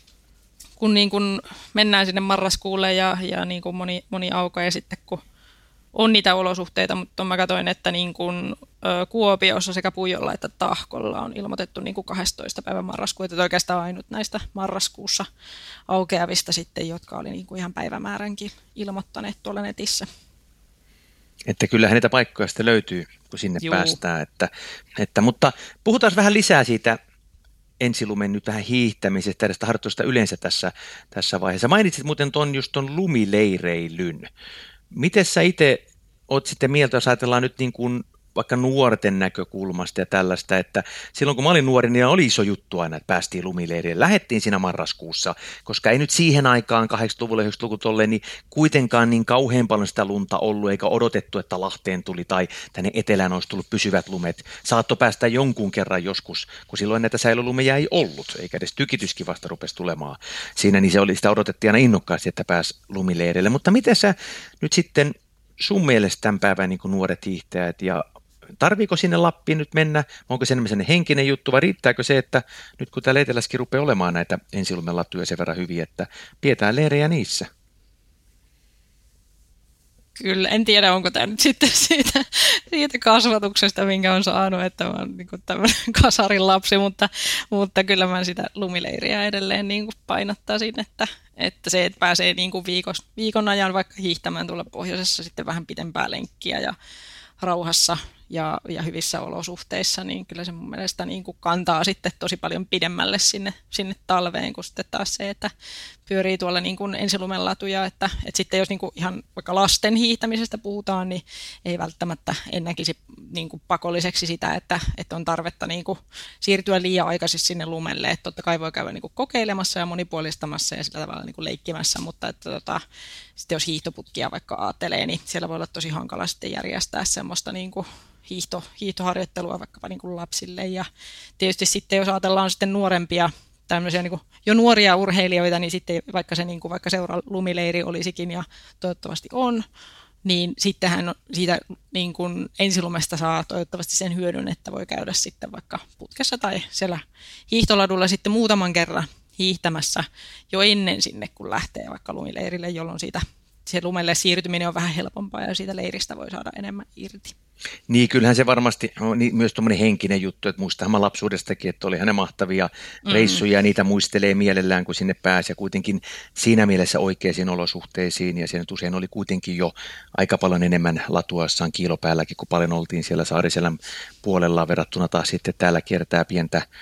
Speaker 4: kun niin kuin mennään sinne marraskuulle ja niin kuin moni auka ja sitten kun on niitä olosuhteita, mutta mä katsoin, että niin kuin Kuopiossa sekä Puijolla että Tahkolla on ilmoitettu niin kuin 12. päivä marraskuuta, että oikeastaan ainut näistä marraskuussa aukeavista sitten, jotka oli niin kuin ihan päivämääränkin ilmoittaneet tuolla netissä.
Speaker 3: Että kyllähän niitä paikkoja sitten löytyy, kun sinne päästään. Mutta puhutaan vähän lisää siitä ensilumen nyt vähän hiihtämisestä, tästä harjoitusta yleensä tässä vaiheessa. Mainitsit muuten just ton lumileireilyn. Miten sä itse oot sitten mieltä, jos ajatellaan nyt niin kuin vaikka nuorten näkökulmasta ja tällaista, että silloin kun mä olin nuori, niin oli iso juttu aina, että päästiin lumileirille. Lähettiin siinä marraskuussa, koska ei nyt siihen aikaan 80-luvulla, 90-luvulla tolleen, niin kuitenkaan niin kauhean paljon sitä lunta ollut, eikä odotettu, että Lahteen tuli tai tänne etelään olisi tullut pysyvät lumet. Saatto päästä jonkun kerran joskus, kun silloin näitä säilölumeja ei ollut, eikä edes tykityskin vasta rupesi tulemaan siinä, niin sitä odotettiin aina innokkaasti, että pääsi lumileirille. Mutta miten sä nyt sitten sun mielestä tämän päivän niin kuin nuoret hiihtäjät ja tarviiko sinne Lappiin nyt mennä? Onko se enemmän henkinen juttu vai riittääkö se, että nyt kun täällä etelässäkin rupeaa olemaan näitä ensilumelatuja sen verran hyviä, että pidetään leirejä niissä?
Speaker 4: Kyllä, en tiedä onko tämä nyt sitten siitä kasvatuksesta, minkä on saanut, että mä oon niin tämmöinen kasarin lapsi, mutta kyllä mä sitä lumileiriä edelleen niin kuin painottaisin, että se, että pääsee niin kuin viikon ajan vaikka hiihtämään tuolla pohjoisessa sitten vähän pidempää lenkkiä ja rauhassa ja hyvissä olosuhteissa, niin kyllä se mun mielestä niin kuin kantaa sitten tosi paljon pidemmälle sinne talveen, kuin sitten taas se, että pyörii tuolla niin kuin ensilumelatuja, että sitten jos niin kuin ihan vaikka lasten hiihtämisestä puhutaan, niin ei välttämättä en näkisi niin kuin pakolliseksi sitä, että on tarvetta niin kuin siirtyä liian aikaisesti sinne lumelle, että totta kai voi käydä niin kuin kokeilemassa ja monipuolistamassa ja sillä tavalla niin kuin leikkimässä, mutta että sitten jos hiihtoputkia vaikka ajattelee, niin siellä voi olla tosi hankala sitten järjestää semmoista niin kuin hiihtoharjoittelua vaikkapa niin kuin lapsille ja tietysti sitten jos ajatellaan sitten nuorempia tämmöisiä niin kuin jo nuoria urheilijoita, niin sitten vaikka se niin kuin vaikka seura lumileiri olisikin ja toivottavasti on, niin sittenhän siitä niin kuin ensilumesta saa toivottavasti sen hyödyn, että voi käydä sitten vaikka putkessa tai siellä hiihtoladulla sitten muutaman kerran hiihtämässä jo ennen sinne, kun lähtee vaikka lumileirille, jolloin siitä se lumelle siirtyminen on vähän helpompaa ja siitä leiristä voi saada enemmän irti.
Speaker 3: Niin, kyllähän se varmasti on myös tuommoinen henkinen juttu, että muistahan mä lapsuudestakin, että oli hänen mahtavia reissuja ja niitä muistelee mielellään, kun sinne pääsi ja kuitenkin siinä mielessä oikeisiin olosuhteisiin ja siinä usein oli kuitenkin jo aika paljon enemmän latuassaan kiilopäälläkin, kun paljon oltiin siellä Saariselän puolella verrattuna taas sitten täällä kiertää pientä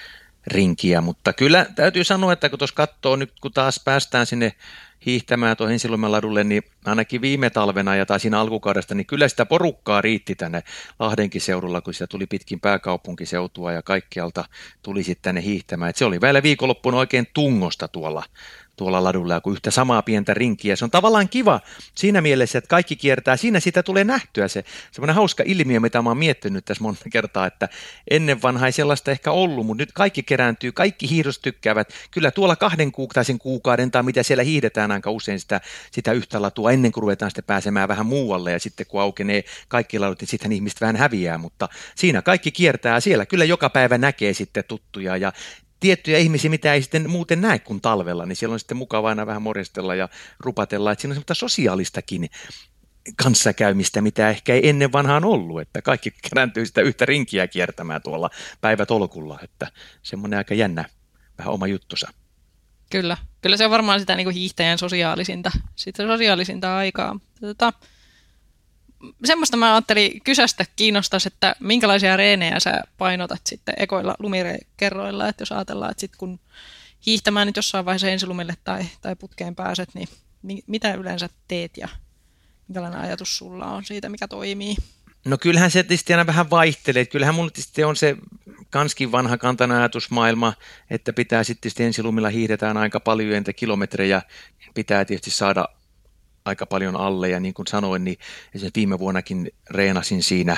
Speaker 3: rinkiä, mutta kyllä täytyy sanoa, että kun tuossa katsoo nyt, kun taas päästään sinne hiihtämään tuon Ensilumen ladulle, niin ainakin viime talvena ja tai siinä alkukaudesta, niin kyllä sitä porukkaa riitti tänne Lahdenkin seudulla, kun sitä tuli pitkin pääkaupunkiseutua ja kaikkialta tuli sitten tänne hiihtämään. Et se oli vielä viikonloppuna oikein tungosta tuolla ladulla ja kun yhtä samaa pientä rinkiä. Se on tavallaan kiva siinä mielessä, että kaikki kiertää. Siinä sitä tulee nähtyä se semmoinen hauska ilmiö, mitä mä oon miettinyt tässä monta kertaa, että ennen vanha ei sellaista ehkä ollut, mutta nyt kaikki kerääntyy, kaikki hiihdosta tykkäävät. Kyllä tuolla 2 kuukauden tai mitä siellä hiihdetään aika usein sitä yhtä latua ennen kuin ruvetaan sitten pääsemään vähän muualle ja sitten kun aukenee kaikki ladut, niin sitten ihmiset vähän häviää, mutta siinä kaikki kiertää siellä. Kyllä joka päivä näkee sitten tuttuja ja tiettyjä ihmisiä, mitä ei sitten muuten näe kuin talvella, niin siellä on sitten mukava aina vähän morjestella ja rupatella, että siinä on semmoista sosiaalistakin kanssakäymistä, mitä ehkä ei ennen vanhaan ollut, että kaikki kerääntyy sitä yhtä rinkiä kiertämään tuolla päivätolkulla, että semmoinen aika jännä, vähän oma juttusa.
Speaker 4: Kyllä se on varmaan sitä niin kuin hiihtäjän sosiaalisinta aikaa. Semmoista mä ajattelin kysästä kiinnostaisi, että minkälaisia reenejä sä painotat sitten ekoilla lumikerroilla, että jos ajatellaan, että sit kun hiihtämään nyt jossain vaiheessa ensilumille tai putkeen pääset, niin mitä yleensä teet ja minkälainen ajatus sulla on siitä, mikä toimii?
Speaker 3: No kyllähän se tietysti aina vähän vaihtelee. Kyllähän mulla tietysti on se kanskin vanha kantan ajatusmaailma, että pitää sitten ensilumilla hiihdetään aika paljon, entä kilometrejä pitää tietysti saada aika paljon alle, ja niin kuin sanoin, niin esimerkiksi viime vuonnakin reenasin siinä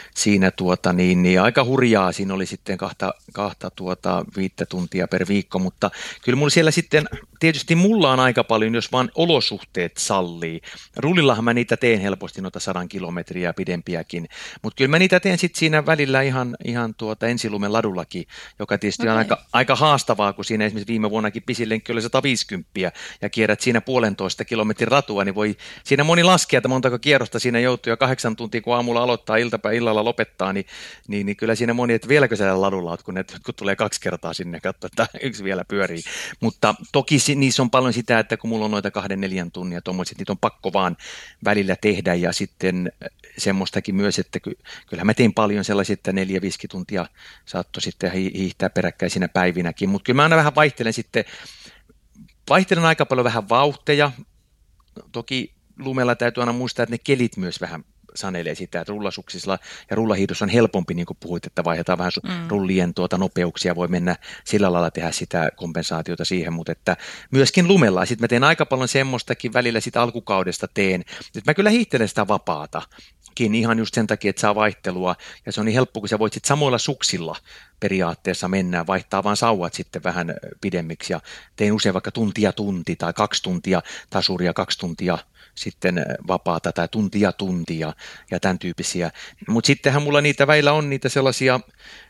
Speaker 3: niin aika hurjaa, siinä oli sitten kahta 5 tuntia per viikko, mutta kyllä mulla siellä sitten, tietysti mulla on aika paljon, jos vaan olosuhteet sallii. Rullillahan mä niitä teen helposti noita 100 kilometriä pidempiäkin, mutta kyllä mä niitä teen sitten siinä välillä ihan Ensilumen ladullakin, joka tietysti on aika haastavaa, kun siinä esimerkiksi viime vuonnakin pisinlenkki oli 150 ja kierrät siinä 1,5 kilometrin ratua, niin voi siinä moni laskea, että montako kierrosta siinä joutuu jo 8 tuntia, kun aamulla aloittaa, illalla lopettaa, niin kyllä siinä moni, että vieläkö siellä ladulla olet, kun tulee 2 kertaa sinne, katsoa, että yksi vielä pyörii. Mutta toki niissä on paljon sitä, että kun mulla on noita 2-4 tunnia tuommoiset, niitä on pakko vaan välillä tehdä ja sitten semmoistakin myös, että kyllähän mä tein paljon sellaisia, että 4-5 tuntia saattoi sitten hiihtää peräkkäisinä päivinäkin, mutta kyllä mä aina vähän vaihtelen aika paljon vähän vauhteja. Toki lumella täytyy aina muistaa, että ne kelit myös vähän sanelee sitä, että rullasuksilla ja rullahiihdossa on helpompi, niin kuin puhuit, että vaihdetaan vähän rullien nopeuksia, voi mennä sillä lailla tehdä sitä kompensaatiota siihen, mutta että myöskin lumella. Sitten mä teen aika paljon semmoistakin välillä sitä alkukaudesta teen, että mä kyllä hiihtelen sitä vapaatakin ihan just sen takia, että saa vaihtelua ja se on niin helppo, kun sä voit sitten samoilla suksilla periaatteessa mennä, vaihtaa vaan sauvat sitten vähän pidemmiksi ja tein usein vaikka tunti tai 2 tuntia tasuria, 2 tuntia sitten vapaata tai tuntia ja tämän tyyppisiä. Mutta sittenhän mulla niitä väillä on niitä sellaisia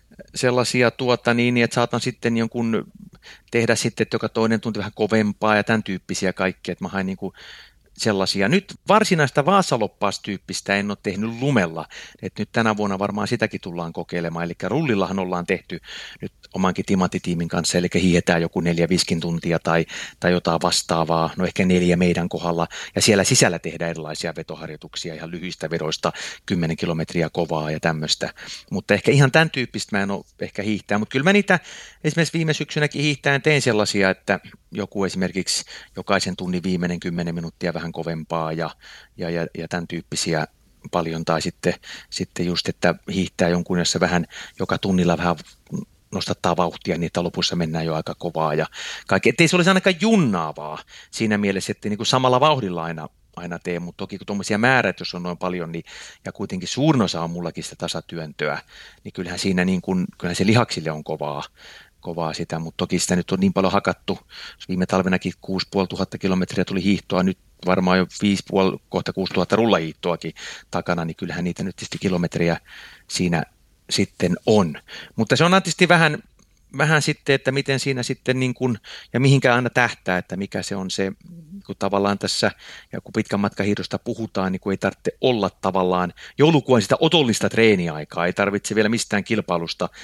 Speaker 3: että saatan sitten jonkun tehdä sitten, että joka toinen tunti vähän kovempaa ja tämän tyyppisiä kaikkea, että mä hain niin kuin sellaisia. Nyt varsinaista Vaasaloppaas-tyyppistä en ole tehnyt lumella, että nyt tänä vuonna varmaan sitäkin tullaan kokeilemaan, eli rullillahan ollaan tehty nyt omankin timanttitiimin kanssa, eli hiihetään joku 4-5 tuntia tai jotain vastaavaa, no ehkä 4 meidän kohdalla, ja siellä sisällä tehdään erilaisia vetoharjoituksia, ihan lyhyistä vedoista, 10 kilometriä kovaa ja tämmöistä, mutta ehkä ihan tämän tyyppistä mä en ole ehkä hiihtää, mutta kyllä mä niitä esimerkiksi viime syksynäkin hiihtäen tein sellaisia, että joku esimerkiksi jokaisen tunnin viimeinen 10 minuuttia vähän kovempaa ja tämän tyyppisiä paljon, tai sitten just, että hiihtää jonkun, jossa vähän joka tunnilla vähän nostattaa vauhtia, niin että lopussa mennään jo aika kovaa ja kaikki, ettei se olisi ainakaan junnaavaa siinä mielessä, että niin kuin samalla vauhdilla aina tee, mutta toki kun tuommoisia määrät, jos on noin paljon, niin, ja kuitenkin suurin osa on mullakin sitä tasatyöntöä, niin kyllähän siinä kyllähän se lihaksille on kovaa sitä, mutta toki sitä nyt on niin paljon hakattu. Viime talvenakin 6500 kilometriä tuli hiihtoa, nyt varmaan jo 5,5-6 000 rullahiihtoakin takana, niin kyllähän niitä nyt tietysti kilometriä siinä sitten on. Mutta se on tietysti vähän sitten, että miten siinä sitten niin kuin, ja mihinkään aina tähtää, että mikä se on se, kun tavallaan tässä, ja kun pitkän matkan hiihdosta puhutaan, niin kun ei tarvitse olla tavallaan, joulukuun sitä otollista treeniaikaa, ei tarvitse vielä mistään kilpailusta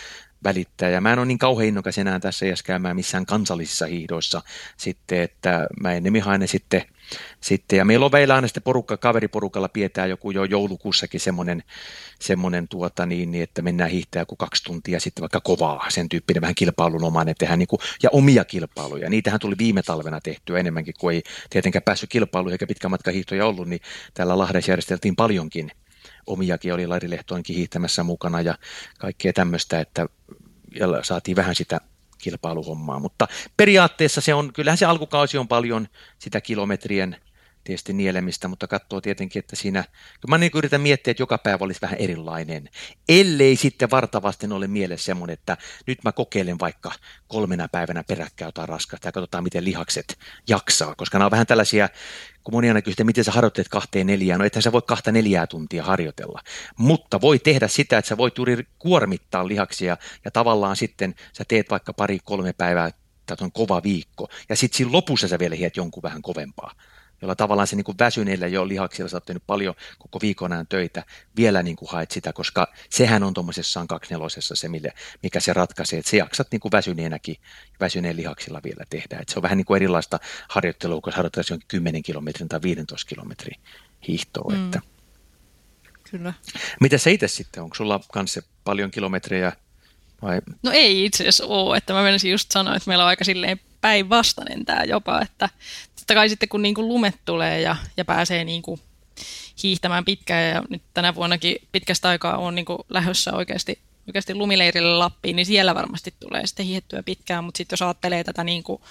Speaker 3: välittää. Ja mä en ole niin kauhean innokas enää tässä iässä käymään missään kansallisissa hiihdoissa sitten, että mä ennemmin haen ne sitten. Ja meillä on vielä aina sitten kaveriporukalla pidetään joku jo joulukuussakin semmoinen että mennään hiihtää joku 2 tuntia sitten vaikka kovaa, sen tyyppinen vähän kilpailunomainen tehdään ja omia kilpailuja. Niitähän tuli viime talvena tehtyä enemmänkin, kun ei tietenkään päässyt kilpailuihin eikä pitkän matkan hiihtoja ollut, niin täällä Lahdessa järjesteltiin paljonkin. Omiakin oli Lauri Lehtoinkin hiihtämässä mukana ja kaikkea tämmöistä, että saatiin vähän sitä kilpailuhommaa, mutta periaatteessa kyllähän se alkukausi on paljon sitä kilometrien tietysti nielemistä, mutta katsoo tietenkin, että siinä, kun mä yritän miettiä, että joka päivä olisi vähän erilainen, ellei sitten vartavasti ole mielessä semmoinen, että nyt mä kokeilen vaikka 3 päivänä peräkkäin jotain raskasta ja katsotaan, miten lihakset jaksaa, koska nämä on vähän tällaisia, kun moni aina kysyy, että miten sä harjoittelet 2-4, no ethän sä voi 2-4 tuntia harjoitella, mutta voi tehdä sitä, että sä voit juuri kuormittaa lihaksia ja tavallaan sitten sä teet vaikka 2-3 päivää, tai on kova viikko, ja sitten siinä lopussa sä vielä hiet jonkun vähän kovempaa, jolla tavallaan se niin kuin väsyneellä jo lihaksilla, sä oot tehnyt paljon koko viikon ajan töitä, vielä niin kuin haet sitä, koska sehän on tuommoisessaan 2/4 se, mikä se ratkaisee, että sä jaksat niin kuin väsyneen lihaksilla vielä tehdä. Että se on vähän niin kuin erilaista harjoittelua, kun harjoittaisi jonkin 10 kilometrin tai 15 kilometrin hiihtoa. Että.
Speaker 4: Kyllä.
Speaker 3: Mitä sä itse sitten, onko sulla kanssa paljon kilometrejä? Vai?
Speaker 4: No ei itse asiassa ole, että mä menisin just sanoa, että meillä on aika silleen päinvastainen tämä jopa, että totta kai sitten kun niin kuin lumet tulee ja pääsee niin kuin hiihtämään pitkään ja nyt tänä vuonnakin pitkästä aikaa on niin kuin lähdössä oikeasti lumileirille Lappiin, niin siellä varmasti tulee sitten hiihettyä pitkään, mutta sitten jos ajattelee tätä niin kuin,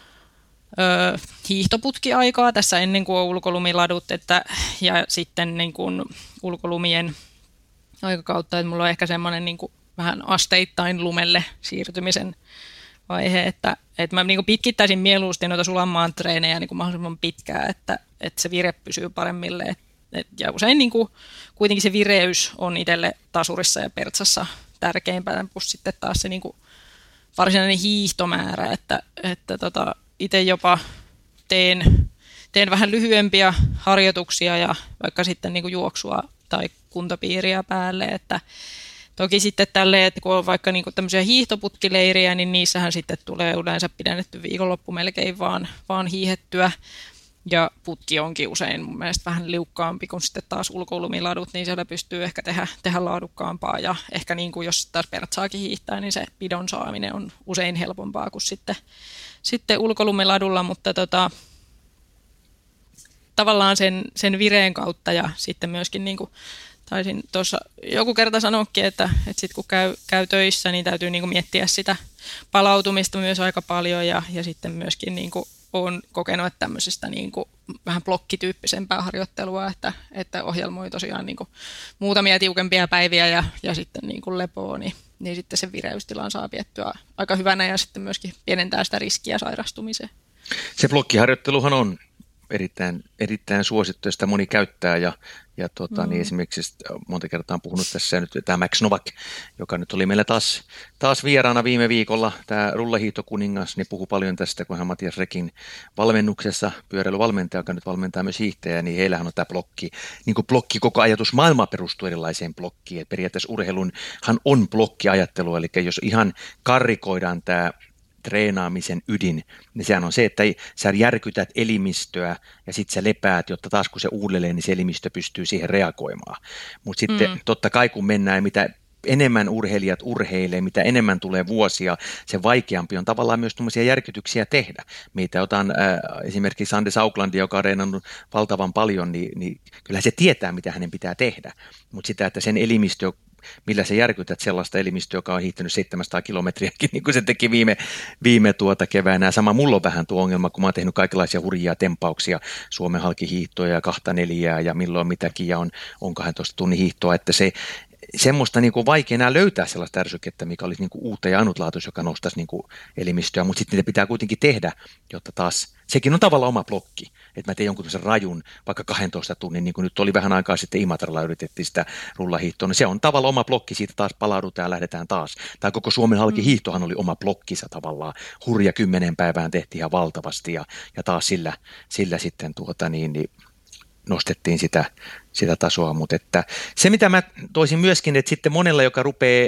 Speaker 4: hiihtoputkiaikaa tässä ennen kuin on ulkolumiladut ja sitten niin kuin ulkolumien aikakautta, että mulla on ehkä semmoinen niin kuin vähän asteittain lumelle siirtymisen vaihe, että mä niin kuin pitkittäisin mieluusti noita sulanmaan treenejä niin kuin mahdollisimman pitkään, että se vire pysyy paremmille. Ja usein niin kuin, kuitenkin se vireys on itselle tasurissa ja pertsassa tärkeimpää, plus sitten taas se niin kuin varsinainen hiihtomäärä, että itse jopa teen vähän lyhyempiä harjoituksia ja vaikka sitten niin kuin juoksua tai kuntopiiriä päälle, että toki sitten tälleen, että kun on vaikka niinku tämmöisiä hiihtoputkileiriä, niin niissähän sitten tulee yleensä pidennetty viikonloppu melkein vaan hiihettyä. Ja putki onkin usein mun mielestä vähän liukkaampi kuin sitten taas ulkolumiladut, niin siellä pystyy ehkä tehdä laadukkaampaa. Ja ehkä niin kuin jos taas pertsaakin hiihtää, niin se pidon saaminen on usein helpompaa kuin sitten ulkolumiladulla, mutta tavallaan sen vireen kautta ja sitten myöskin niin kuin taisin tuossa joku kerta sanoakin, että sitten kun käy töissä, niin täytyy niinku miettiä sitä palautumista myös aika paljon ja sitten myöskin niinku olen kokenut, että tämmöisestä niinku vähän blokkityyppisempää harjoittelua, että ohjelmoi tosiaan niinku muutamia tiukempia päiviä ja sitten niinku lepoa, niin sitten sen vireystilan saa piettyä aika hyvänä ja sitten myöskin pienentää sitä riskiä sairastumiseen.
Speaker 3: Se blokkiharjoitteluhan on erittäin suosittu, sitä moni käyttää ja niin esimerkiksi monta kertaa on puhunut tässä nyt tämä Max Novak, joka nyt oli meillä taas vieraana viime viikolla, tämä rullahiihtokuningas, niin puhui paljon tästä, kun hän Matias Rekin valmennuksessa, pyöräilyvalmentaja, joka nyt valmentaa myös hiihtäjää, niin heillähän on tämä blokki, niin kuin blokki, koko ajatus maailma perustuu erilaiseen blokkiin, että periaatteessa urheilunhan on blokkiajattelu, eli jos ihan karrikoidaan tämä treenaamisen ydin, niin sehän on se, että sä järkytät elimistöä ja sitten sä lepäät, jotta taas kun se uudelleen, niin se elimistö pystyy siihen reagoimaan. Mutta sitten totta kai kun mennään, mitä enemmän urheilijat urheilee, mitä enemmän tulee vuosia, se vaikeampi on tavallaan myös tuommoisia järkytyksiä tehdä. Meitä otan esimerkiksi Anders Auklandi, joka on reenannut valtavan paljon, niin kyllä se tietää, mitä hänen pitää tehdä. Mutta sitä, että sen elimistö, millä sä järkytät sellaista elimistöä, joka on hiihtänyt 700 kilometriäkin, niin kuin se teki viime keväänä. Sama mulla on vähän tuo ongelma, kun mä oon tehnyt kaikenlaisia hurjia tempauksia, Suomen halkihiihtoja ja 2-4 ja milloin mitäkin, ja on 12 tunnin hiihtoa, että semmoista niin kuin vaikea enää löytää sellaista ärsykettä, mikä olisi niin kuin uutta ja ainutlaatuista, joka nostaisi niin kuin elimistöä, mutta sitten niitä pitää kuitenkin tehdä, jotta taas, sekin on tavallaan oma blokki, että mä teen jonkun rajun, vaikka 12 tunnin, niin kuin nyt oli vähän aikaa sitten Imatralla yritettiin sitä rullahiihtoa, niin se on tavallaan oma blokki, siitä taas palaudutaan ja lähdetään taas. Tai koko Suomen halkihiihtohan oli oma blokkissa tavallaan, hurja 10 päivään tehtiin ihan valtavasti ja taas sillä sitten niin nostettiin sitä tasoa, mutta että se mitä mä toisin myöskin, että sitten monella, joka rupeaa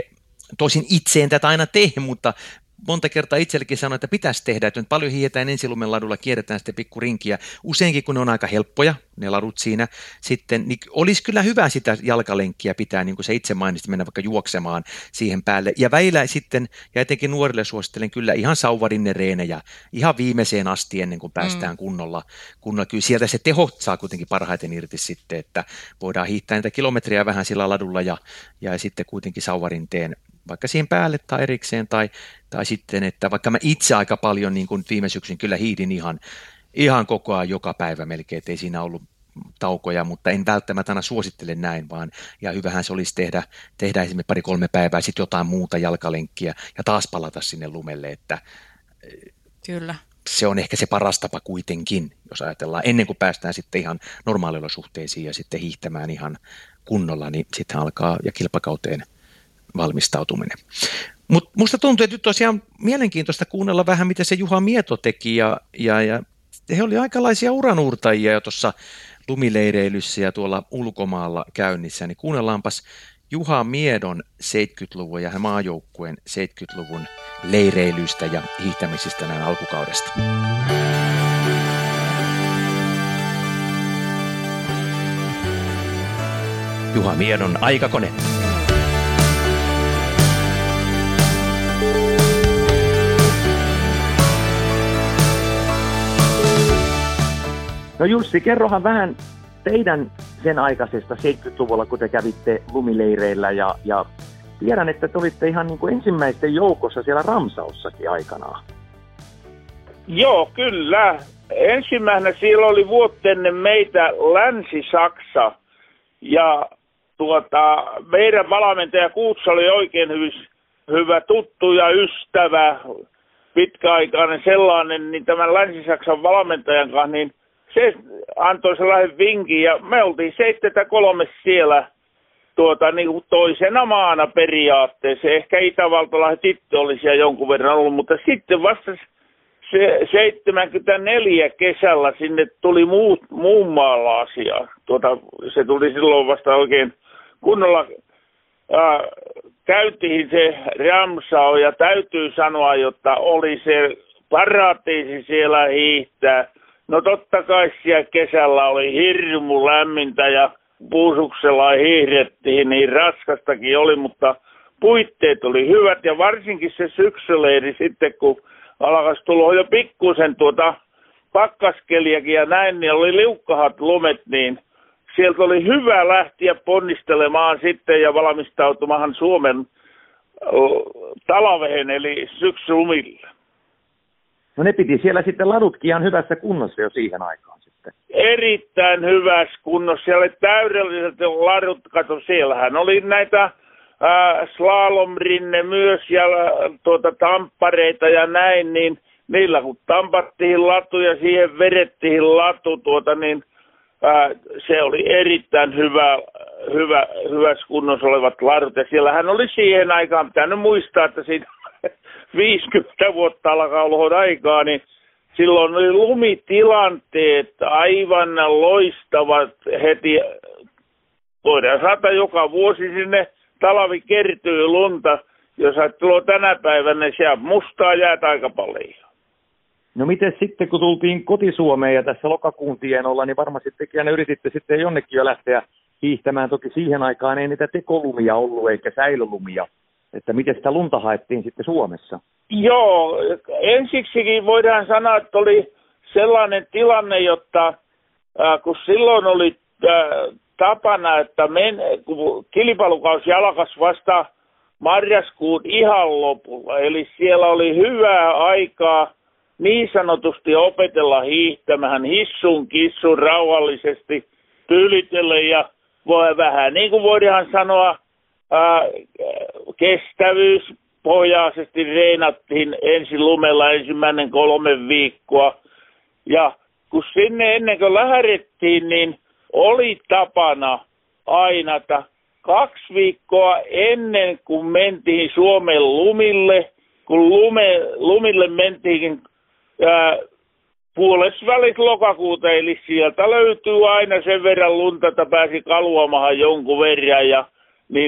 Speaker 3: Tosin itse en tätä aina tee, mutta monta kertaa itsellekin sanoin, että pitäisi tehdä, että nyt paljon hiihetään ensilumen ladulla, kierretään sitten pikkurinkiä. Useinkin, kun ne on aika helppoja, ne ladut siinä sitten, niin olisi kyllä hyvä sitä jalkalenkkiä pitää, niin kuin sä itse mainitsit, mennä vaikka juoksemaan siihen päälle. Ja väillä sitten, ja etenkin nuorille suosittelen kyllä ihan sauvarinnereenejä ihan viimeiseen asti ennen kuin päästään kunnolla. Kyllä sieltä se teho saa kuitenkin parhaiten irti sitten, että voidaan hiihtää niitä kilometriä vähän sillä ladulla ja sitten kuitenkin sauvarinteen vaikka siihen päälle tai erikseen, tai sitten, että vaikka mä itse aika paljon niin kuin viime syksyn kyllä hiidin ihan koko ajan joka päivä melkein, ettei siinä ollut taukoja, mutta en välttämättä aina suosittele näin, vaan ja hyvähän se olisi tehdä esimerkiksi 2-3 päivää sitten jotain muuta jalkalenkkiä ja taas palata sinne lumelle, että
Speaker 4: Kyllä.
Speaker 3: Se on ehkä se paras tapa kuitenkin, jos ajatellaan, ennen kuin päästään sitten ihan normaaliolosuhteisiin ja sitten hiihtämään ihan kunnolla, niin sitten alkaa ja kilpakauteen valmistautuminen. Mutta musta tuntuu, että nyt tosiaan mielenkiintoista kuunnella vähän, mitä se Juha Mieto teki, ja he oli aikalaisia uranuurtajia jo tuossa lumileireilyssä ja tuolla ulkomaalla käynnissä, niin kuunnellaanpas Juha Miedon 70-luvun ja maajoukkueen 70-luvun leireilystä ja hiihtämisistä näin alkukaudesta. Juha Miedon aikakone.
Speaker 5: No Jussi, kerrohan vähän teidän sen aikaisesta 70-luvulla, kun te kävitte lumileireillä ja tiedän, että te olitte ihan niin kuin ensimmäisten joukossa siellä Ramsaussakin aikanaan.
Speaker 1: Joo, kyllä. Ensimmäisenä siellä oli vuotta ennen meitä Länsi-Saksa ja meidän valmentaja Kuutsa oli oikein hyvä tuttu ja ystävä, pitkäaikainen sellainen, niin tämän Länsi-Saksan valmentajan kanssa, niin se antoi sellainen vinkin ja me oltiin 73 siellä niin kuin toisena maana periaatteessa. Ehkä itävaltalaiset itse oli siellä jonkun verran ollut, mutta sitten vasta se 74 kesällä sinne tuli muun maalaisia. Se tuli silloin vasta oikein kunnolla. Käytiin se Ramsau ja täytyy sanoa, jotta oli se paratiisi siellä hiihtää. No totta kai siellä kesällä oli hirmu lämmintä ja puusuksella hiihdettiin, niin raskastakin oli, mutta puitteet oli hyvät ja varsinkin se syksyleiri sitten, kun alkaisi tulla jo pikkusen pakkaskeliäkin ja näin, niin oli liukkahat lumet, niin sieltä oli hyvä lähteä ponnistelemaan sitten ja valmistautumaan Suomen talveen eli syksylumille.
Speaker 5: No ne piti siellä sitten ladutkin ihan hyvässä kunnossa jo siihen aikaan sitten.
Speaker 1: Erittäin hyvässä kunnossa. Siellä oli täydelliset ladut. Kato, siellähän oli näitä slalomrinne myös ja tamppareita ja näin, niin niillä kun tampattiin latu ja siihen vedettiin latu, niin se oli erittäin hyvässä kunnossa olevat ladut. Ja siellähän oli siihen aikaan, pitänyt muistaa, että siitä 50 vuotta alkaa olla aikaa, niin silloin oli lumitilanteet aivan loistavat heti. Voidaan saada joka vuosi sinne talvi kertyy lunta. Jos ajattelee tänä päivänä, niin siellä mustaa jäätä aika paljon.
Speaker 5: No miten sitten, kun tultiin kotisuomeen ja tässä lokakuun tienolla, niin varmasti tekin yrititte sitten jonnekin jo lähteä hiihtämään. Toki siihen aikaan ei niitä tekolumia ollut eikä säilölumia. Että miten sitä lunta haettiin sitten Suomessa?
Speaker 1: Joo, ensiksikin voidaan sanoa, että oli sellainen tilanne, jotta kun silloin oli tapana, että kun kilpailukausi alkoi vasta marraskuun ihan lopulla, eli siellä oli hyvää aikaa niin sanotusti opetella hiihtämään hissun kissun rauhallisesti tyylitellä ja voi vähän niin kuin voidaan sanoa, kestävyyspohjaisesti reenattiin ensin lumella ensimmäinen 3 viikkoa. Ja kun sinne ennen kuin lähdettiin, niin oli tapana aina, että 2 viikkoa ennen kuin mentiin Suomen lumille, kun lumille mentiin puolesvälis lokakuuta, eli sieltä löytyy aina sen verran lunta, että pääsi kaluamahan jonkun verran ja niin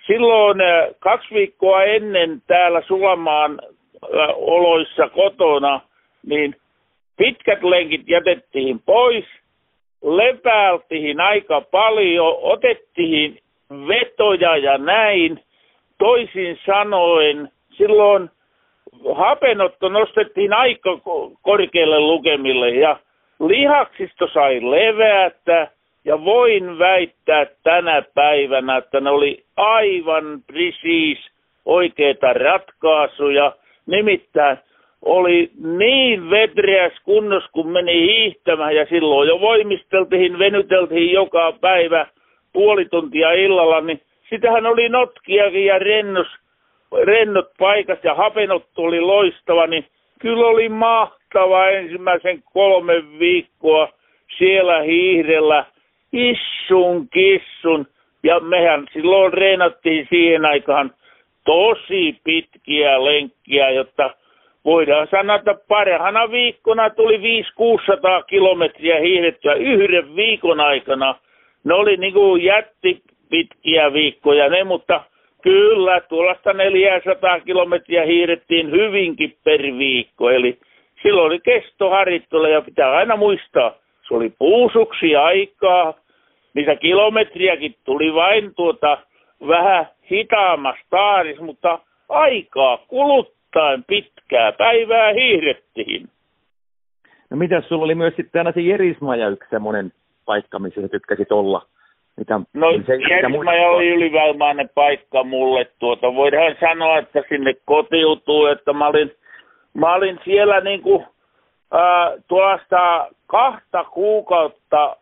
Speaker 1: silloin 2 viikkoa ennen täällä Sulamaan oloissa kotona, niin pitkät lenkit jätettiin pois, lepäältiin aika paljon, otettiin vetoja ja näin. Toisin sanoen silloin hapenotto nostettiin aika korkealle lukemille ja lihaksisto sai levätä ja voin väittää tänä päivänä, että ne oli aivan oikeita ratkaisuja. Nimittäin oli niin vetreäs kunnos, kun meni hiihtämään ja silloin jo voimisteltiin, venyteltiin joka päivä puoli tuntia illalla, niin sitähän oli notkiakin ja rennot paikat ja hapenotto oli loistava, niin kyllä oli mahtava ensimmäisen 3 viikkoa siellä hiihdellä kissun. Ja mehän silloin reenattiin siihen aikaan tosi pitkiä lenkkiä, jotta voidaan sanoa, että parhaana viikkona tuli 500-600 kilometriä hiihdettyä 1 viikon aikana. Ne oli niin kuin jättipitkiä viikkoja ne, mutta kyllä tuollaista 400 kilometriä hiihdettiin hyvinkin per viikko. Eli silloin oli kestoharjoittelu ja pitää aina muistaa, se oli puusuksi aikaa. Niitä kilometriäkin tuli vain vähän hitaammassa taarissa, mutta aikaa kuluttaen pitkää päivää hiihdettiin.
Speaker 5: No mitäs sulla oli myös sitten aina se Jerismaja yksi semmoinen paikka, missä sä tykkäsit olla?
Speaker 1: No Jerismaja oli ylivoimainen paikka mulle. Voidaan sanoa, että sinne kotiutuu, että mä olin siellä niinku tuosta 2 kuukautta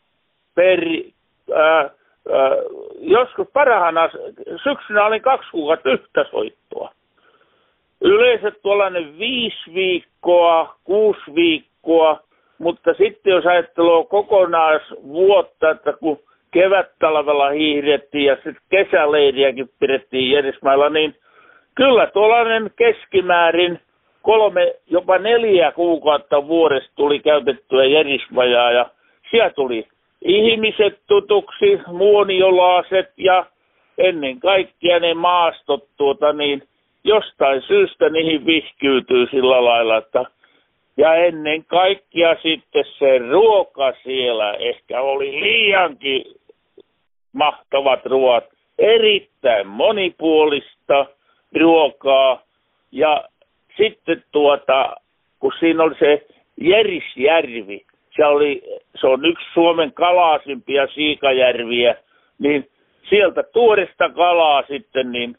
Speaker 1: joskus parhaana syksynä olin 2 kuukautta yhtä soittoa. Yleensä tuollainen 5 viikkoa, 6 viikkoa, mutta sitten jos ajattelee kokonaisvuotta, että kun kevättalvella hiihdettiin ja sitten kesäleiriäkin pidettiin Jerismailla, niin kyllä tuollainen keskimäärin 3, jopa 4 kuukautta vuodesta tuli käytettyä Jerismajaa ja siellä tuli ihmiset tutuksi, muoniolaiset ja ennen kaikkea ne maastot niin jostain syystä niihin vihkyytyy sillä lailla, että ja ennen kaikkea sitten se ruoka siellä ehkä oli liiankin mahtavat ruoat, erittäin monipuolista ruokaa ja sitten kun siinä oli se Jerisjärvi, se on yksi Suomen kalaisimpia siikajärviä, niin sieltä tuoresta kalaa sitten, niin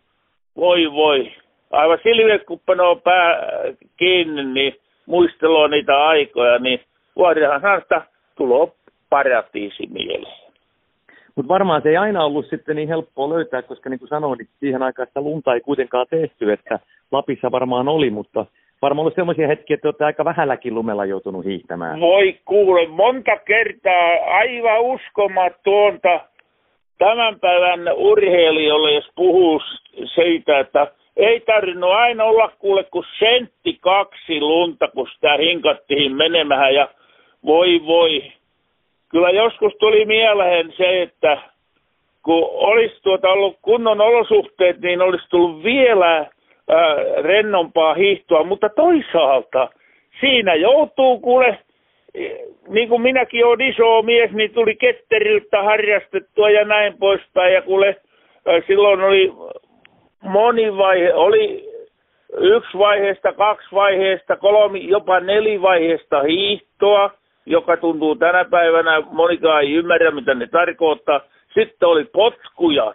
Speaker 1: voi. Aivan silmiä, kun panoo pää kiinni, niin muisteloo niitä aikoja, niin voidaan sanoa, että tuloo paratiisi mieleen.
Speaker 5: Mutta varmaan se ei aina ollut sitten niin helppoa löytää, koska niin kuin sanoin, niin siihen aikaan sitä lunta ei kuitenkaan tehty, että Lapissa varmaan oli, mutta varmaan ollut sellaisia hetkiä, että olette aika vähälläkin lumella joutunut hiihtämään.
Speaker 1: Voi kuule, monta kertaa aivan uskomatonta tämän päivän urheilijoille, jos puhuu siitä, että ei tarvinnut aina olla kuule kuin 1-2 sentti lunta, kun sitä hinkattiin menemään ja voi. Kyllä joskus tuli mieleen se, että kun olisi ollut kunnon olosuhteet, niin olisi tullut vielä rennompaa hiihtoa, mutta toisaalta siinä joutuu kuule, niin kuin minäkin olen iso mies, niin tuli ketteryyttä harrastettua ja näin poispäin ja kuule silloin oli monivaihe, oli 1 vaiheesta, 2 vaiheesta, 3, jopa 4 vaiheesta hiihtoa, joka tuntuu tänä päivänä, monikaan ei ymmärrä mitä ne tarkoittaa. Sitten oli potku ja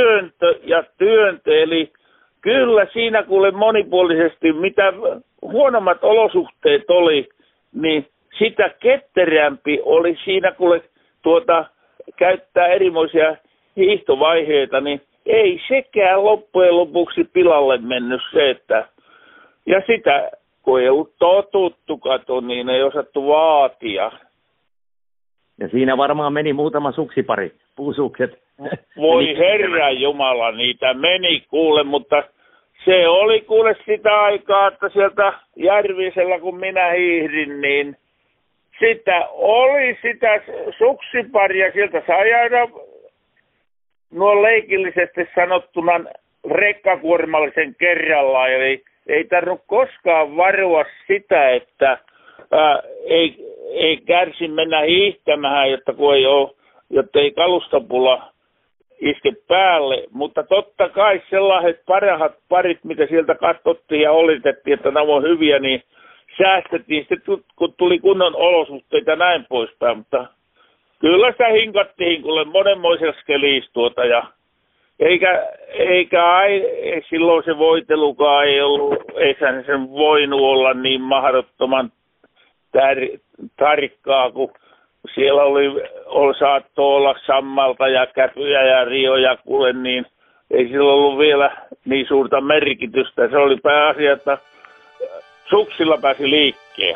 Speaker 1: työntö, eli kyllä siinä kuule monipuolisesti, mitä huonommat olosuhteet oli, niin sitä ketterämpi oli siinä kuule käyttää erimoisia hiihtovaiheita, niin ei sekään loppujen lopuksi pilalle mennyt se, että ja sitä kun ei ollut totuttu niin ei osattu vaatia.
Speaker 5: Ja siinä varmaan meni muutama suksipari, puusukset.
Speaker 1: Voi herra jumala, niitä meni kuule, mutta se oli kuule sitä aikaa, että sieltä Järvisellä kun minä hiihdin, niin sitä oli sitä suksiparia, sieltä sai aina nuo leikillisesti sanottuna rekkakuormallisen kerrallaan, eli ei tarvitse koskaan varoa sitä, että ei kärsi mennä hiihtämään, jotta ei kalustopula iske päälle, mutta totta kai sellaiset parhaat parit, mitä sieltä katsottiin ja olitettiin, että nämä on hyviä, niin säästettiin sitten, kun tuli kunnon olosuhteita ja näin poispäin, mutta kyllä sitä hinkattiin kuule monenmoisessa kelissä eikä silloin se voitelukaan ei ollut, eihän sen voinut olla niin mahdottoman tarkkaa, kun siellä saattoi olla sammalta ja käpyjä ja rioja kuule, niin ei sillä ollut vielä niin suurta merkitystä. Se oli pääasia, että suksilla pääsi liikkeelle.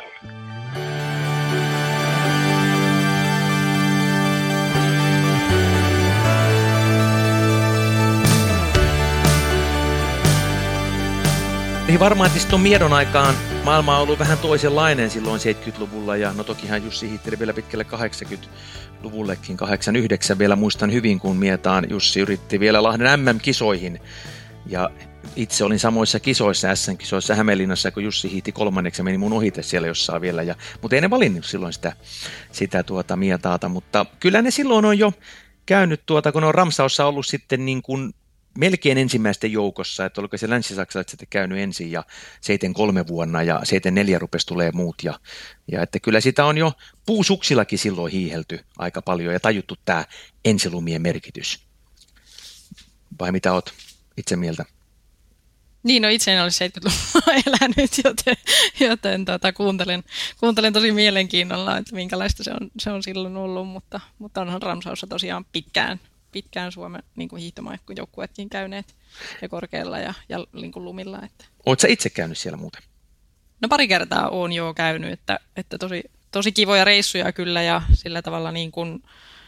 Speaker 3: Niin varmaan tietysti tuon Miedon aikaan maailma on ollut vähän toisenlainen silloin 70-luvulla ja no tokihan Jussi hiihteli vielä pitkälle 80-luvullekin, 89 vielä muistan hyvin, kun Mietaan Jussi yritti vielä Lahden MM-kisoihin ja itse olin samoissa kisoissa, SM-kisoissa Hämeenlinnassa, kun Jussi hiihti kolmanneksi ja meni mun ohite siellä jossain vielä, mutta ei ne valinnut silloin sitä Mietaata, mutta kyllä ne silloin on jo käynyt kun on Ramsaussa ollut sitten niin kuin melkein ensimmäisten joukossa, että oliko se länsi-saksalaiset sitten käynyt ensin ja 73 vuonna ja 74 rupesi tulee muut ja että kyllä sitä on jo puusuksillakin silloin hiihelty aika paljon ja tajuttu tämä ensilumien merkitys. Vai mitä oot itse mieltä?
Speaker 4: Niin, no itse en ole 70-luvulla elänyt, joten kuuntelen tosi mielenkiinnolla, että minkälaista se on silloin ollut, mutta onhan Ramsaussa tosiaan pitkään Suomen niin hiihtomajoukkueetkin käyneet ja korkealla ja niin kuin lumilla. Että.
Speaker 3: Oletko sä itse käynyt siellä muuten?
Speaker 4: No pari kertaa olen jo käynyt, että tosi kivoja reissuja kyllä ja sillä tavalla niin kuin,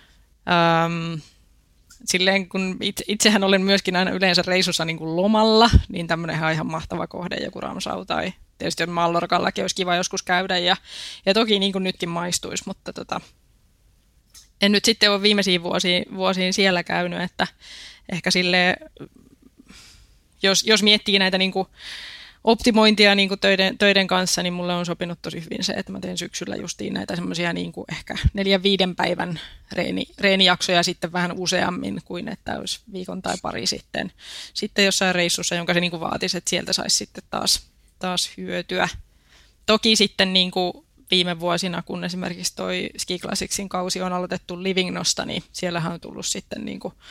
Speaker 4: silleen kun itsehän olen myöskin aina yleensä reissussa niin kuin lomalla, niin tämmöinen on ihan mahtava kohde joku Ramsau tai tietysti Mallorcallakin olisi kiva joskus käydä ja toki niin kuin nytkin maistuisi, mutta en nyt sitten ole viimeisiin vuosiin siellä käynyt, että ehkä silleen, jos miettii näitä niin kuin optimointia niin kuin töiden kanssa, niin mulle on sopinut tosi hyvin se, että mä teen syksyllä justiin näitä semmoisia niin kuin ehkä 4-5 päivän reenijaksoja sitten vähän useammin kuin että olisi viikon tai pari sitten jossain reissussa, jonka se niin kuin vaatisi, että sieltä saisi sitten taas hyötyä. Toki sitten niin kuin viime vuosina, kun esimerkiksi toi Ski Classicsin kausi on aloitettu Livignosta, niin siellähän on tullut sitten niin kuin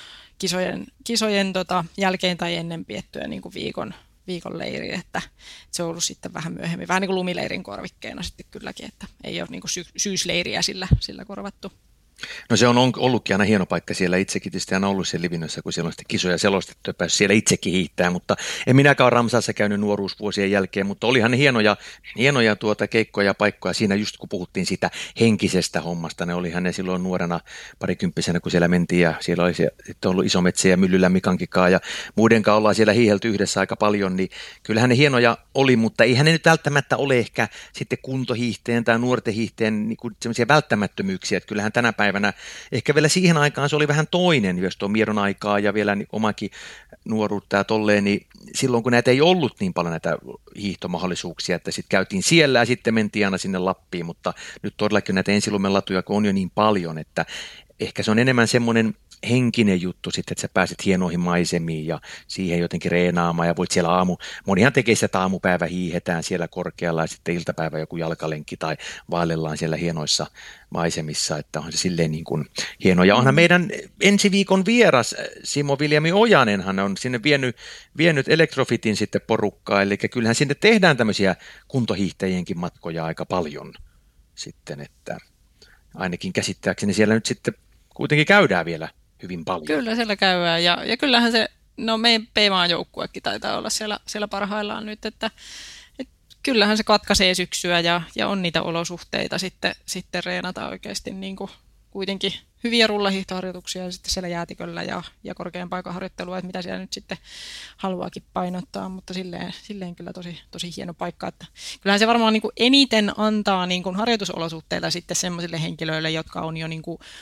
Speaker 4: kisojen jälkeen tai ennen piettyä niin kuin viikon leiri, että se on ollut sitten vähän myöhemmin, vähän niin kuin lumileirin korvikkeena sitten kylläkin, että ei ole niin kuin syysleiriä sillä korvattu.
Speaker 3: No se on ollutkin aina hieno paikka siellä, itsekin tietysti aina ollut siellä Livignossa, kun siellä on sitten kisoja selostettu ja päässyt siellä itsekin hiihtää, mutta en minäkään ole Ramsassa käynyt nuoruusvuosien jälkeen, mutta olihan ne hienoja keikkoja ja paikkoja siinä just kun puhuttiin siitä henkisestä hommasta, ne olihan ne silloin nuorena parikymppisenä kun siellä mentiin ja siellä oli sitten ollut Isometsä ja Myllylän Mikankikaa ja muidenkaan ollaan siellä hiihelty yhdessä aika paljon, niin kyllähän ne hienoja oli, mutta eihän ne nyt välttämättä ole ehkä sitten kuntohiihteen tai nuorten hiihteen niin kuin sellaisia välttämättömyyksiä, että kyllähän tänä päivänä ehkä vielä siihen aikaan se oli vähän toinen, jos tuon Miedon aikaa ja vielä omakin nuoruutta ja tolleen, niin silloin kun näitä ei ollut niin paljon näitä hiihtomahdollisuuksia, että sitten käytiin siellä ja sitten mentiin aina sinne Lappiin, mutta nyt todellakin näitä ensilumen latuja on jo niin paljon, että ehkä se on enemmän semmoinen henkinen juttu sitten, että sä pääset hienoihin maisemiin ja siihen jotenkin reenaamaan ja voit siellä monihan tekee sitä, että aamupäivä hiihetään siellä korkealla ja sitten iltapäivä joku jalkalenkki tai vaellellaan siellä hienoissa maisemissa, että on se silleen niin kuin hieno. Ja onhan meidän ensi viikon vieras Simo Viljami Ojanenhan on sinne vienyt Elektrofitin sitten porukkaa, eli kyllähän sinne tehdään tämmöisiä kuntohiihtäjienkin matkoja aika paljon sitten, että ainakin käsittääkseni siellä nyt sitten kuitenkin käydään vielä hyvin paljon. Kyllä
Speaker 4: siellä käydään ja kyllähän se, no meidän P-maan joukkuekin taitaa olla siellä parhaillaan nyt, että kyllähän se katkaisee syksyä ja on niitä olosuhteita sitten reenata oikeasti niin kuin kuitenkin hyviä rullahiihtoharjoituksia ja sitten siellä jäätiköllä ja korkean paikan harjoittelua, että mitä siellä nyt sitten haluaakin painottaa, mutta silleen kyllä tosi hieno paikka, että kyllähän se varmaan niin kuin eniten antaa niin kuin harjoitusolosuhteita sitten semmoisille henkilöille, jotka on jo niin kuin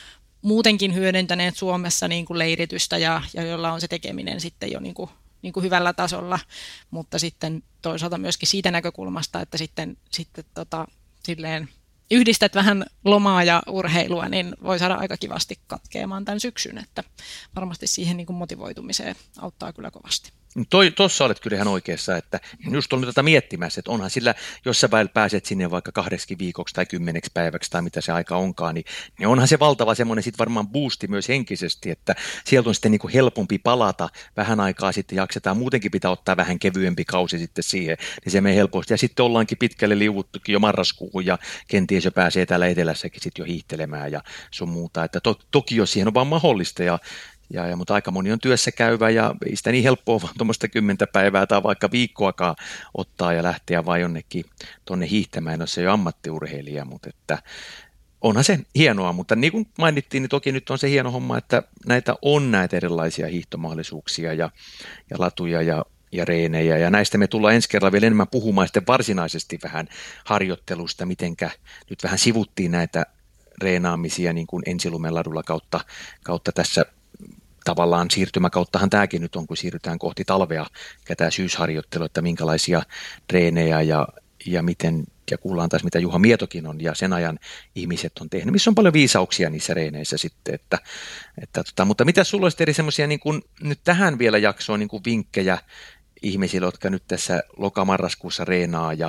Speaker 4: muutenkin hyödyntäneet Suomessa niin kuin leiritystä ja jolla on se tekeminen sitten jo niin kuin hyvällä tasolla, mutta sitten toisaalta myöskin siitä näkökulmasta, että sitten silleen yhdistät vähän lomaa ja urheilua, niin voi saada aika kivasti katkeamaan tämän syksyn, että varmasti siihen niin kuin motivoitumiseen auttaa kyllä kovasti.
Speaker 3: Tuossa olet kyllä ihan oikeassa, että just olin tätä miettimässä, että onhan sillä, jos sä pääset sinne vaikka 2 viikoksi tai 10 päiväksi tai mitä se aika onkaan, niin onhan se valtava semmoinen sitten varmaan boosti myös henkisesti, että sieltä on sitten niin kuin helpompi palata vähän aikaa sitten jaksetaan, muutenkin pitää ottaa vähän kevyempi kausi sitten siihen, niin se menee helposti ja sitten ollaankin pitkälle liuuttukin jo marraskuuhun ja kenties jo pääsee täällä etelässäkin sitten jo hiihtelemään ja sun muuta, että toki jos siihen on vaan mahdollista mutta aika moni on työssä käyvä ja ei sitä niin helppoa vaan tuommoista 10 päivää tai vaikka viikkoakaan ottaa ja lähteä vaan jonnekin tuonne hiihtämään, jos ei ole ammattiurheilija, mutta että onhan se hienoa, mutta niin kuin mainittiin, niin toki nyt on se hieno homma, että näitä erilaisia hiihtomahdollisuuksia ja latuja ja reenejä, ja näistä me tullaan ensi kerralla vielä enemmän puhumaan sitten varsinaisesti vähän harjoittelusta, mitenkä nyt vähän sivuttiin näitä reenaamisia niin kuin ensilumeladulla kautta tässä tavallaan siirtymäkauttahan tämäkin nyt on, kun siirrytään kohti talvea, tämä syysharjoittelu, että minkälaisia treenejä ja miten, ja kuullaan taas mitä Juha Mietokin on ja sen ajan ihmiset on tehnyt, missä on paljon viisauksia niissä reeneissä sitten, mutta mitä sulla olisi eri semmoisia niin kuin nyt tähän vielä jaksoon niin kuin vinkkejä ihmisille, jotka nyt tässä lokamarraskuussa reenaa ja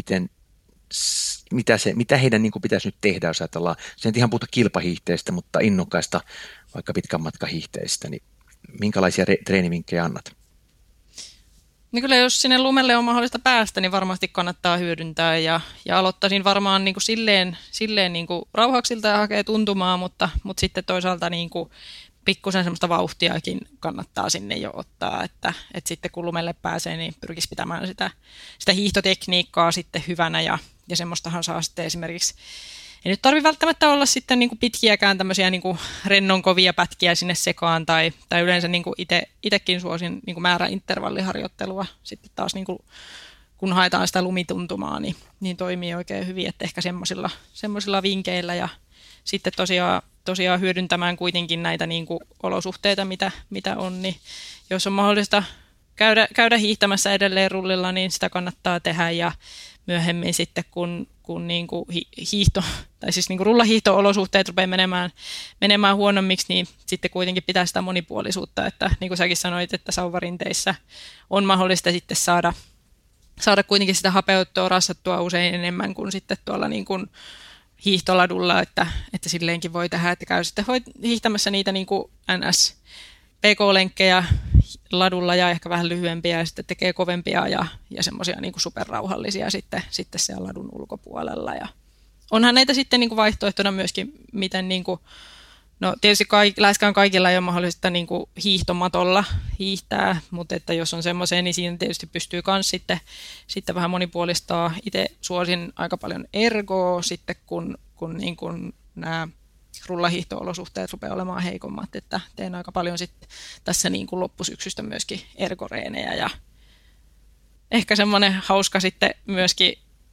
Speaker 3: mitä heidän niin kuin pitäisi nyt tehdä, jos ajatellaan, se ei ihan puhuta kilpahiihteistä, mutta innokkaista vaikka pitkän matkahiihteistä, niin minkälaisia treenivinkkejä annat?
Speaker 4: Niin kyllä jos sinne lumelle on mahdollista päästä, niin varmasti kannattaa hyödyntää ja aloittaisin varmaan niin kuin silleen niin kuin rauhaksilta ja hakee tuntumaa, mutta sitten toisaalta niin kuin pikkusen semmoista vauhtiakin kannattaa sinne jo ottaa, että sitten kun lumelle pääsee, niin pyrkisi pitämään sitä hiihtotekniikkaa sitten hyvänä ja semmoistahan saa sitten esimerkiksi, ei nyt tarvitse välttämättä olla sitten niin kuin pitkiäkään tämmöisiä niin kuin rennon kovia pätkiä sinne sekaan tai yleensä niin kuin itsekin suosin niin kuin määräintervalliharjoittelua sitten taas niin kuin, kun haetaan sitä lumituntumaa, niin toimii oikein hyvin, että ehkä semmoisilla vinkeillä ja sitten tosiaan hyödyntämään kuitenkin näitä niin kuin olosuhteita, mitä on, niin jos on mahdollista käydä hiihtämässä edelleen rullilla, niin sitä kannattaa tehdä ja myöhemmin sitten, kun niin kuin hiihto, tai siis niin kuin rullahiihto-olosuhteet rupeaa menemään huonommiksi, niin sitten kuitenkin pitää sitä monipuolisuutta, että niin kuin säkin sanoit, että sauvarinteissä on mahdollista sitten saada kuitenkin sitä hapeuttoa rassattua usein enemmän kuin sitten tuolla niin kuin hiihtoladulla, että silleenkin voi tehdä, että käy sitten hiihtämässä niitä niin kuin NS-PK-lenkkejä ladulla ja ehkä vähän lyhyempiä ja sitten tekee kovempia ja semmoisia niin kuin superrauhallisia sitten siellä ladun ulkopuolella. Ja onhan näitä sitten niin kuin vaihtoehtona myöskin, miten niin kuin, no tietysti läheskään kaikilla ei ole mahdollista niin kuin hiihtomatolla hiihtää, mutta että jos on semmoiseen, niin siinä tietysti pystyy myös sitten vähän monipuolistaa. Itse suosin aika paljon ergoa sitten, kun niin kuin nämä rullahiihto-olosuhteet rupeaa olemaan heikommat, että teen aika paljon sitten tässä niin kuin loppusyksystä myöskin ergoreenejä ja ehkä semmoinen hauska sitten myöskin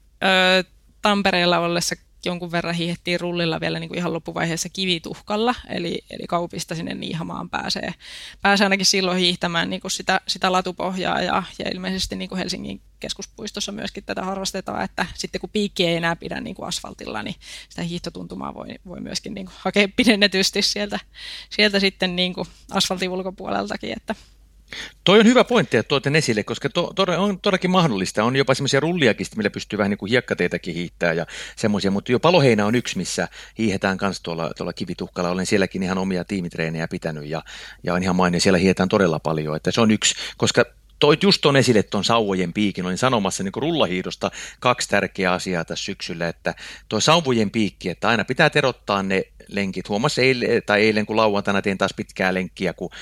Speaker 4: Tampereella ollessa jonkun verran hiihettiin rullilla vielä niin kuin ihan loppuvaiheessa kivituhkalla, eli Kaupista sinne Niihamaan pääsee ainakin silloin hiihtämään niin kuin sitä latupohjaa ja ilmeisesti niin kuin Helsingin keskuspuistossa myöskin tätä harrastetaan, että sitten kun piikki ei enää pidä niin kuin asfaltilla, niin sitä hiihtotuntumaa voi myöskin niin kuin hakea pidennetysti sieltä sitten niin kuin asfaltin ulkopuoleltakin, että
Speaker 3: Toi on hyvä pointti, että tuoten esille, koska on todellakin mahdollista. On jopa semmoisia rulliakin, millä pystyy vähän niin kuin hiekkateitäkin hiihtää ja semmoisia, mutta jo Paloheinä on yksi, missä hiihetään kanssa tuolla kivituhkalla. Olen sielläkin ihan omia tiimitreenejä pitänyt ja on ihan mainio, siellä hiihetään todella paljon. Että se on yksi, koska toit just tuon esille tuon sauvojen piikin, olin sanomassa niin kuin rullahiihdosta 2 tärkeää asiaa tässä syksyllä, että tuo sauvojen piikki, että aina pitää terottaa ne lenkit. Huomasi eilen kun lauantaina tein taas pitkää lenkkiä, kun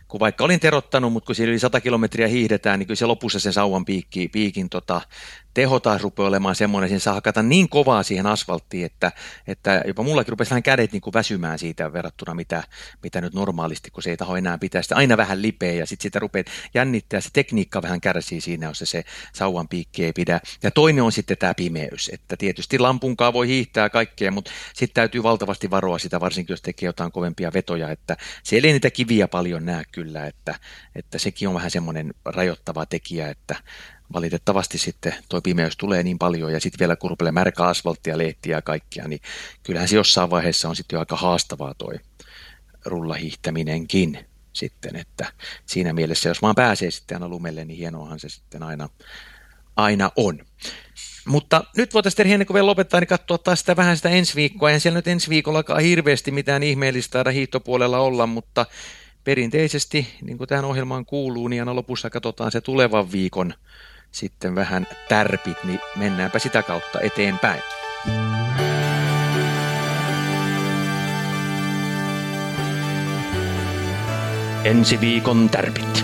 Speaker 3: kun vaikka olin terottanut, mutta kun siinä yli 100 kilometriä hiihdetään, niin kyllä se lopussa sen sauvan piikin teho taas rupeaa olemaan semmoinen, siinä saa hakata niin kovaa siihen asfalttiin, että jopa mullakin rupesi vähän kädet niin kuin väsymään siitä verrattuna mitä nyt normaalisti, kun se ei taho enää pitää sitä aina vähän lipeä ja sitten sitä rupeaa jännittää, se tekniikka vähän kärsii siinä, jos se sauvan piikki ei pidä. Ja toinen on sitten tämä pimeys, että tietysti lampunkaan voi hiihtää kaikkea, mutta sitten täytyy valtavasti varoa sitä, varsinkin jos tekee jotain kovempia vetoja, että siellä ei niitä kiviä paljon näe kyllä, että sekin on vähän semmoinen rajoittava tekijä, että valitettavasti sitten tuo pimeys tulee niin paljon ja sitten vielä kun rupeaa märkä asfalttia, lehtiä ja kaikkia, niin kyllähän se jossain vaiheessa on sitten jo aika haastavaa toi rullahiihtäminenkin sitten, että siinä mielessä jos vaan pääsee sitten aina lumelle, niin hienoahan se sitten aina on. Mutta nyt voitaisiin tehdä ennen kuin vielä lopettaa, niin katsoa taas vähän sitä ensi viikkoa. Eihän siellä nyt ensi viikollakaan hirveästi mitään ihmeellistä taida hiihtopuolella olla, mutta perinteisesti, niin kuin tähän ohjelmaan kuuluu, niin aina lopussa katsotaan se tulevan viikon sitten vähän tärpit, niin mennäänpä sitä kautta eteenpäin. Ensi viikon tärpit.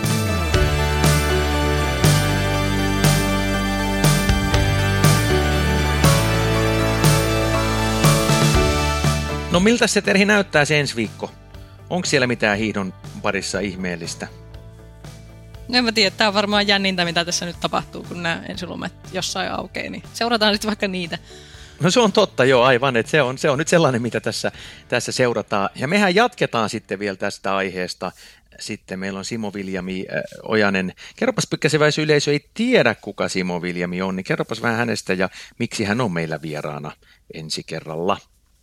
Speaker 3: No miltä se Terhi näyttää se ensi viikko? Onko siellä mitään hiihdon parissa ihmeellistä?
Speaker 4: No en mä tiedä, tämä on varmaan jännintä, mitä tässä nyt tapahtuu, kun nämä ensilumet jossain aukeaa, niin seurataan sitten vaikka niitä.
Speaker 3: No se on totta, joo, aivan, että se on nyt sellainen, mitä tässä seurataan. Ja mehän jatketaan sitten vielä tästä aiheesta. Sitten meillä on Simo Viljami Ojanen. Kerropas Pykkäseväisy yleisö ei tiedä, kuka Simo Viljami on, niin kerropas vähän hänestä ja miksi hän on meillä vieraana ensi kerralla.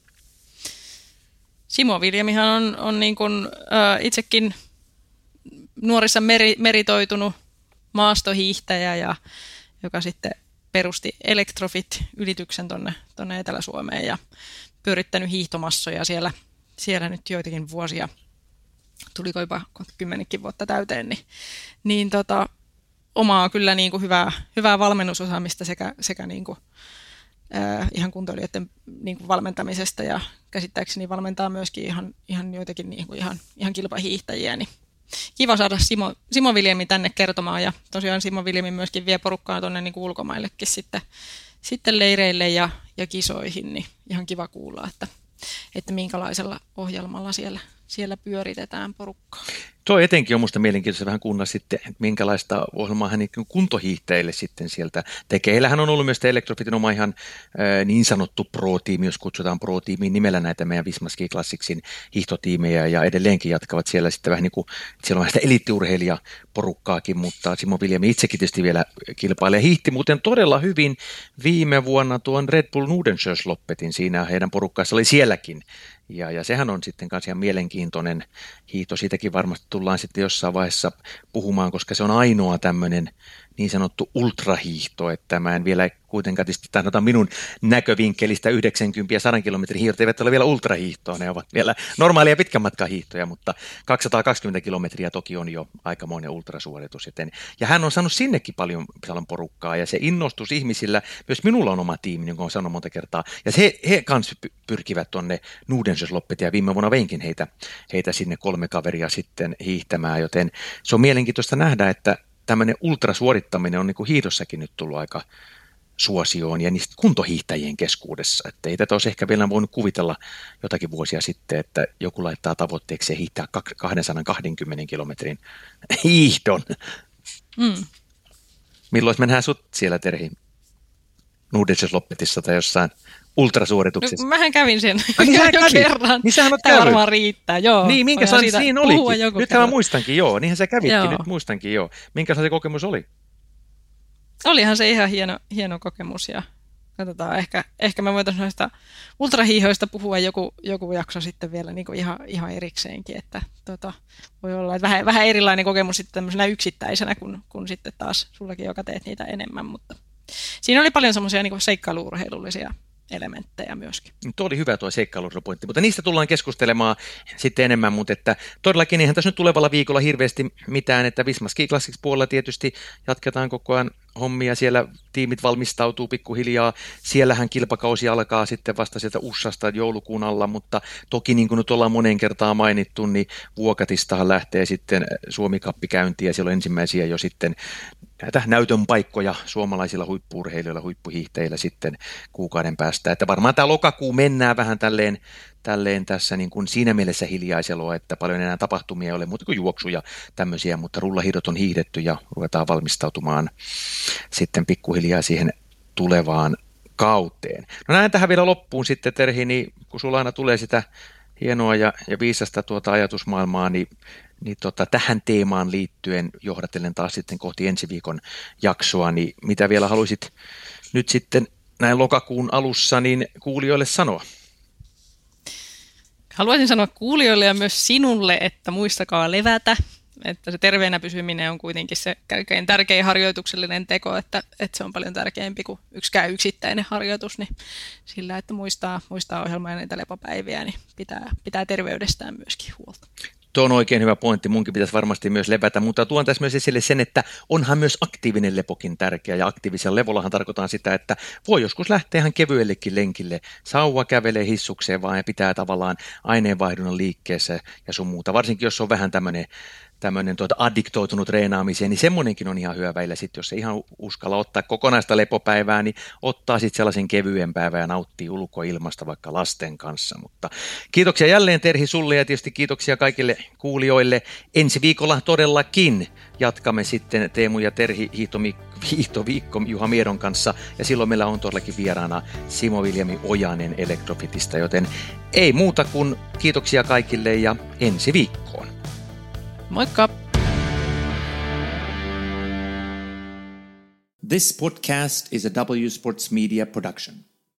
Speaker 4: Simo Viljamihan on niin kuin, itsekin nuorissa meritoitunut maastohiihtäjä, joka sitten perusti Electrofit-ylityksen tuonne Etelä-Suomeen ja pyörittänyt hiihtomassoja siellä nyt joitakin vuosia, tuliko jopa 10 vuotta täyteen, niin omaa kyllä niin kuin hyvää valmennusosaamista sekä niin kuin, ihan kuntoilijoiden niin kuin valmentamisesta ja käsittääkseni valmentaa myöskin ihan joitakin niin kuin ihan kilpahiihtäjiä, niin kiva saada Simo Viljami tänne kertomaan ja tosiaan Simo Viljami myöskin vie porukkaa tuonne niin kuin ulkomaillekin sitten leireille ja kisoihin, niin ihan kiva kuulla, että minkälaisella ohjelmalla siellä pyöritetään porukkaa.
Speaker 3: Tuo etenkin on minusta mielenkiintoista vähän kuunnella sitten, että minkälaista ohjelmaa hän kuntohiihtäjille sitten sieltä tekee. Heillähän on ollut myös Electrofitin oma ihan niin sanottu pro-tiimi, jos kutsutaan pro-tiimiin nimellä näitä meidän Visma Ski Classicsin hiihtotiimejä ja edelleenkin jatkavat siellä sitten vähän niin kuin, siellä on vähän sitä eliittiurheilijaporukkaakin, mutta Simo Viljami itsekin tietysti vielä kilpailee. Hiihti muuten todella hyvin viime vuonna tuon Red Bull Nordenskiöldsloppettin, siinä heidän porukkaissa oli sielläkin. Ja sehän on sitten kanssa ihan mielenkiintoinen hiihto. Siitäkin varmasti tullaan sitten jossain vaiheessa puhumaan, koska se on ainoa tämmöinen niin sanottu ultrahiihto, että mä en vielä kuitenkaan tietysti minun näkövinkkelistä 90 ja 100 kilometrin hiihdot eivät ole vielä ultrahiihtoa, ne ovat vielä normaalia pitkän matkan hiihtoja, mutta 220 kilometriä toki on jo aikamoinen ultrasuoritus. Ja hän on saanut sinnekin paljon porukkaa ja se innostus ihmisillä, myös minulla on oma tiimi, niin kuin olen sanonut monta kertaa, ja he kanssa pyrkivät tuonne Nordenskiöldsloppettiin ja viime vuonna veinkin heitä sinne 3 kaveria sitten hiihtämään, joten se on mielenkiintoista nähdä, että tämmöinen ultrasuorittaminen on niin kuin hiihdossakin nyt tullut aika suosioon ja niistä kuntohiihtäjien keskuudessa. Että ei tätä olisi ehkä vielä voinut kuvitella jotakin vuosia sitten, että joku laittaa tavoitteeksi hiihtää 220 kilometrin hiihdon. Milloin mennään sut siellä Terhi Nordenskiöldsloppetissa tai jossain ultrasuorituksessa?
Speaker 4: No, mähän kävin sen
Speaker 3: jo
Speaker 4: kerran.
Speaker 3: Niin sähän oot
Speaker 4: tämä
Speaker 3: käynyt.
Speaker 4: varmaan riittää, joo.
Speaker 3: Niin, minkälainen siinä olikin? Nythän mä muistankin, joo. Niinhän sä kävitkin, joo. Nyt muistankin, joo. Minkälainen se kokemus oli?
Speaker 4: Olihan se ihan hieno kokemus ja katsotaan, ehkä me voitaisiin noista ultrahiihoista puhua joku jakso sitten vielä niin kuin ihan erikseenkin, että voi olla että vähän erilainen kokemus sitten tämmöisenä yksittäisenä kuin sitten taas sullakin, joka teet niitä enemmän, mutta siinä oli paljon semmoisia niin kuin seikkailu-urheilullisia elementtejä myöskin.
Speaker 3: Tuo oli hyvä tuo seikkailupointti, mutta niistä tullaan keskustelemaan sitten enemmän, mutta että todellakin eihän tässä nyt tulevalla viikolla hirveästi mitään, että Visma Ski Classics puolella tietysti jatketaan koko ajan hommia, siellä tiimit valmistautuu pikkuhiljaa, siellähän kilpakausi alkaa sitten vasta sieltä USAsta joulukuun alla, mutta toki niin kuin nyt ollaan moneen kertaan mainittu, niin Vuokatistahan lähtee sitten Suomi-kappi käyntiin ja siellä on ensimmäisiä jo sitten näitä näytön paikkoja suomalaisilla huippu-urheilijoilla, huippuhiihtäjillä sitten kuukauden päästä, että varmaan tämä lokakuu mennään vähän tälleen tässä niin kuin siinä mielessä hiljaiseloa, että paljon enää tapahtumia ei ole muuta kuin juoksuja tämmöisiä, mutta rullahiidot on hiihdetty ja ruvetaan valmistautumaan sitten pikkuhiljaa siihen tulevaan kauteen. No näin tähän vielä loppuun sitten, Terhi, niin kun sulla aina tulee sitä hienoa ja viisasta ajatusmaailmaa, niin tähän teemaan liittyen johdatellen taas sitten kohti ensi viikon jaksoa, niin mitä vielä haluaisit nyt sitten näin lokakuun alussa niin kuulijoille sanoa?
Speaker 4: Haluaisin sanoa kuulijoille ja myös sinulle, että muistakaa levätä, että se terveenä pysyminen on kuitenkin se kaikkein tärkein harjoituksellinen teko, että se on paljon tärkeämpi kuin yksikään yksittäinen harjoitus, niin sillä, että muistaa ohjelmaa ja niitä lepopäiviä, niin pitää terveydestään myöskin huolta.
Speaker 3: Tuo on oikein hyvä pointti, munkin pitäisi varmasti myös levätä, mutta tuon tässä myös esille sen, että onhan myös aktiivinen lepokin tärkeä, ja aktiivisella levollahan tarkoitaan sitä, että voi joskus lähteä ihan kevyellekin lenkille, sauva kävelee hissukseen vaan ja pitää tavallaan aineenvaihdunnan liikkeessä ja sun muuta, varsinkin jos on vähän tämmöinen addiktoitunut treenaamiseen, niin semmoinenkin on ihan hyvä väillä sitten, jos ei ihan uskalla ottaa kokonaista lepopäivää, niin ottaa sitten sellaisen kevyen päivän ja nauttii ulkoilmasta vaikka lasten kanssa, mutta kiitoksia jälleen Terhi sulle ja tietysti kiitoksia kaikille kuulijoille. Ensi viikolla todellakin jatkamme sitten Teemu ja Terhi hiihtoviikko Juha Miedon kanssa ja silloin meillä on todellakin vieraana Simo Viljami Ojanen Elektrofitista, joten ei muuta kuin kiitoksia kaikille ja ensi viikkoon.
Speaker 4: Moikka!
Speaker 3: This podcast is a W Sports Media production.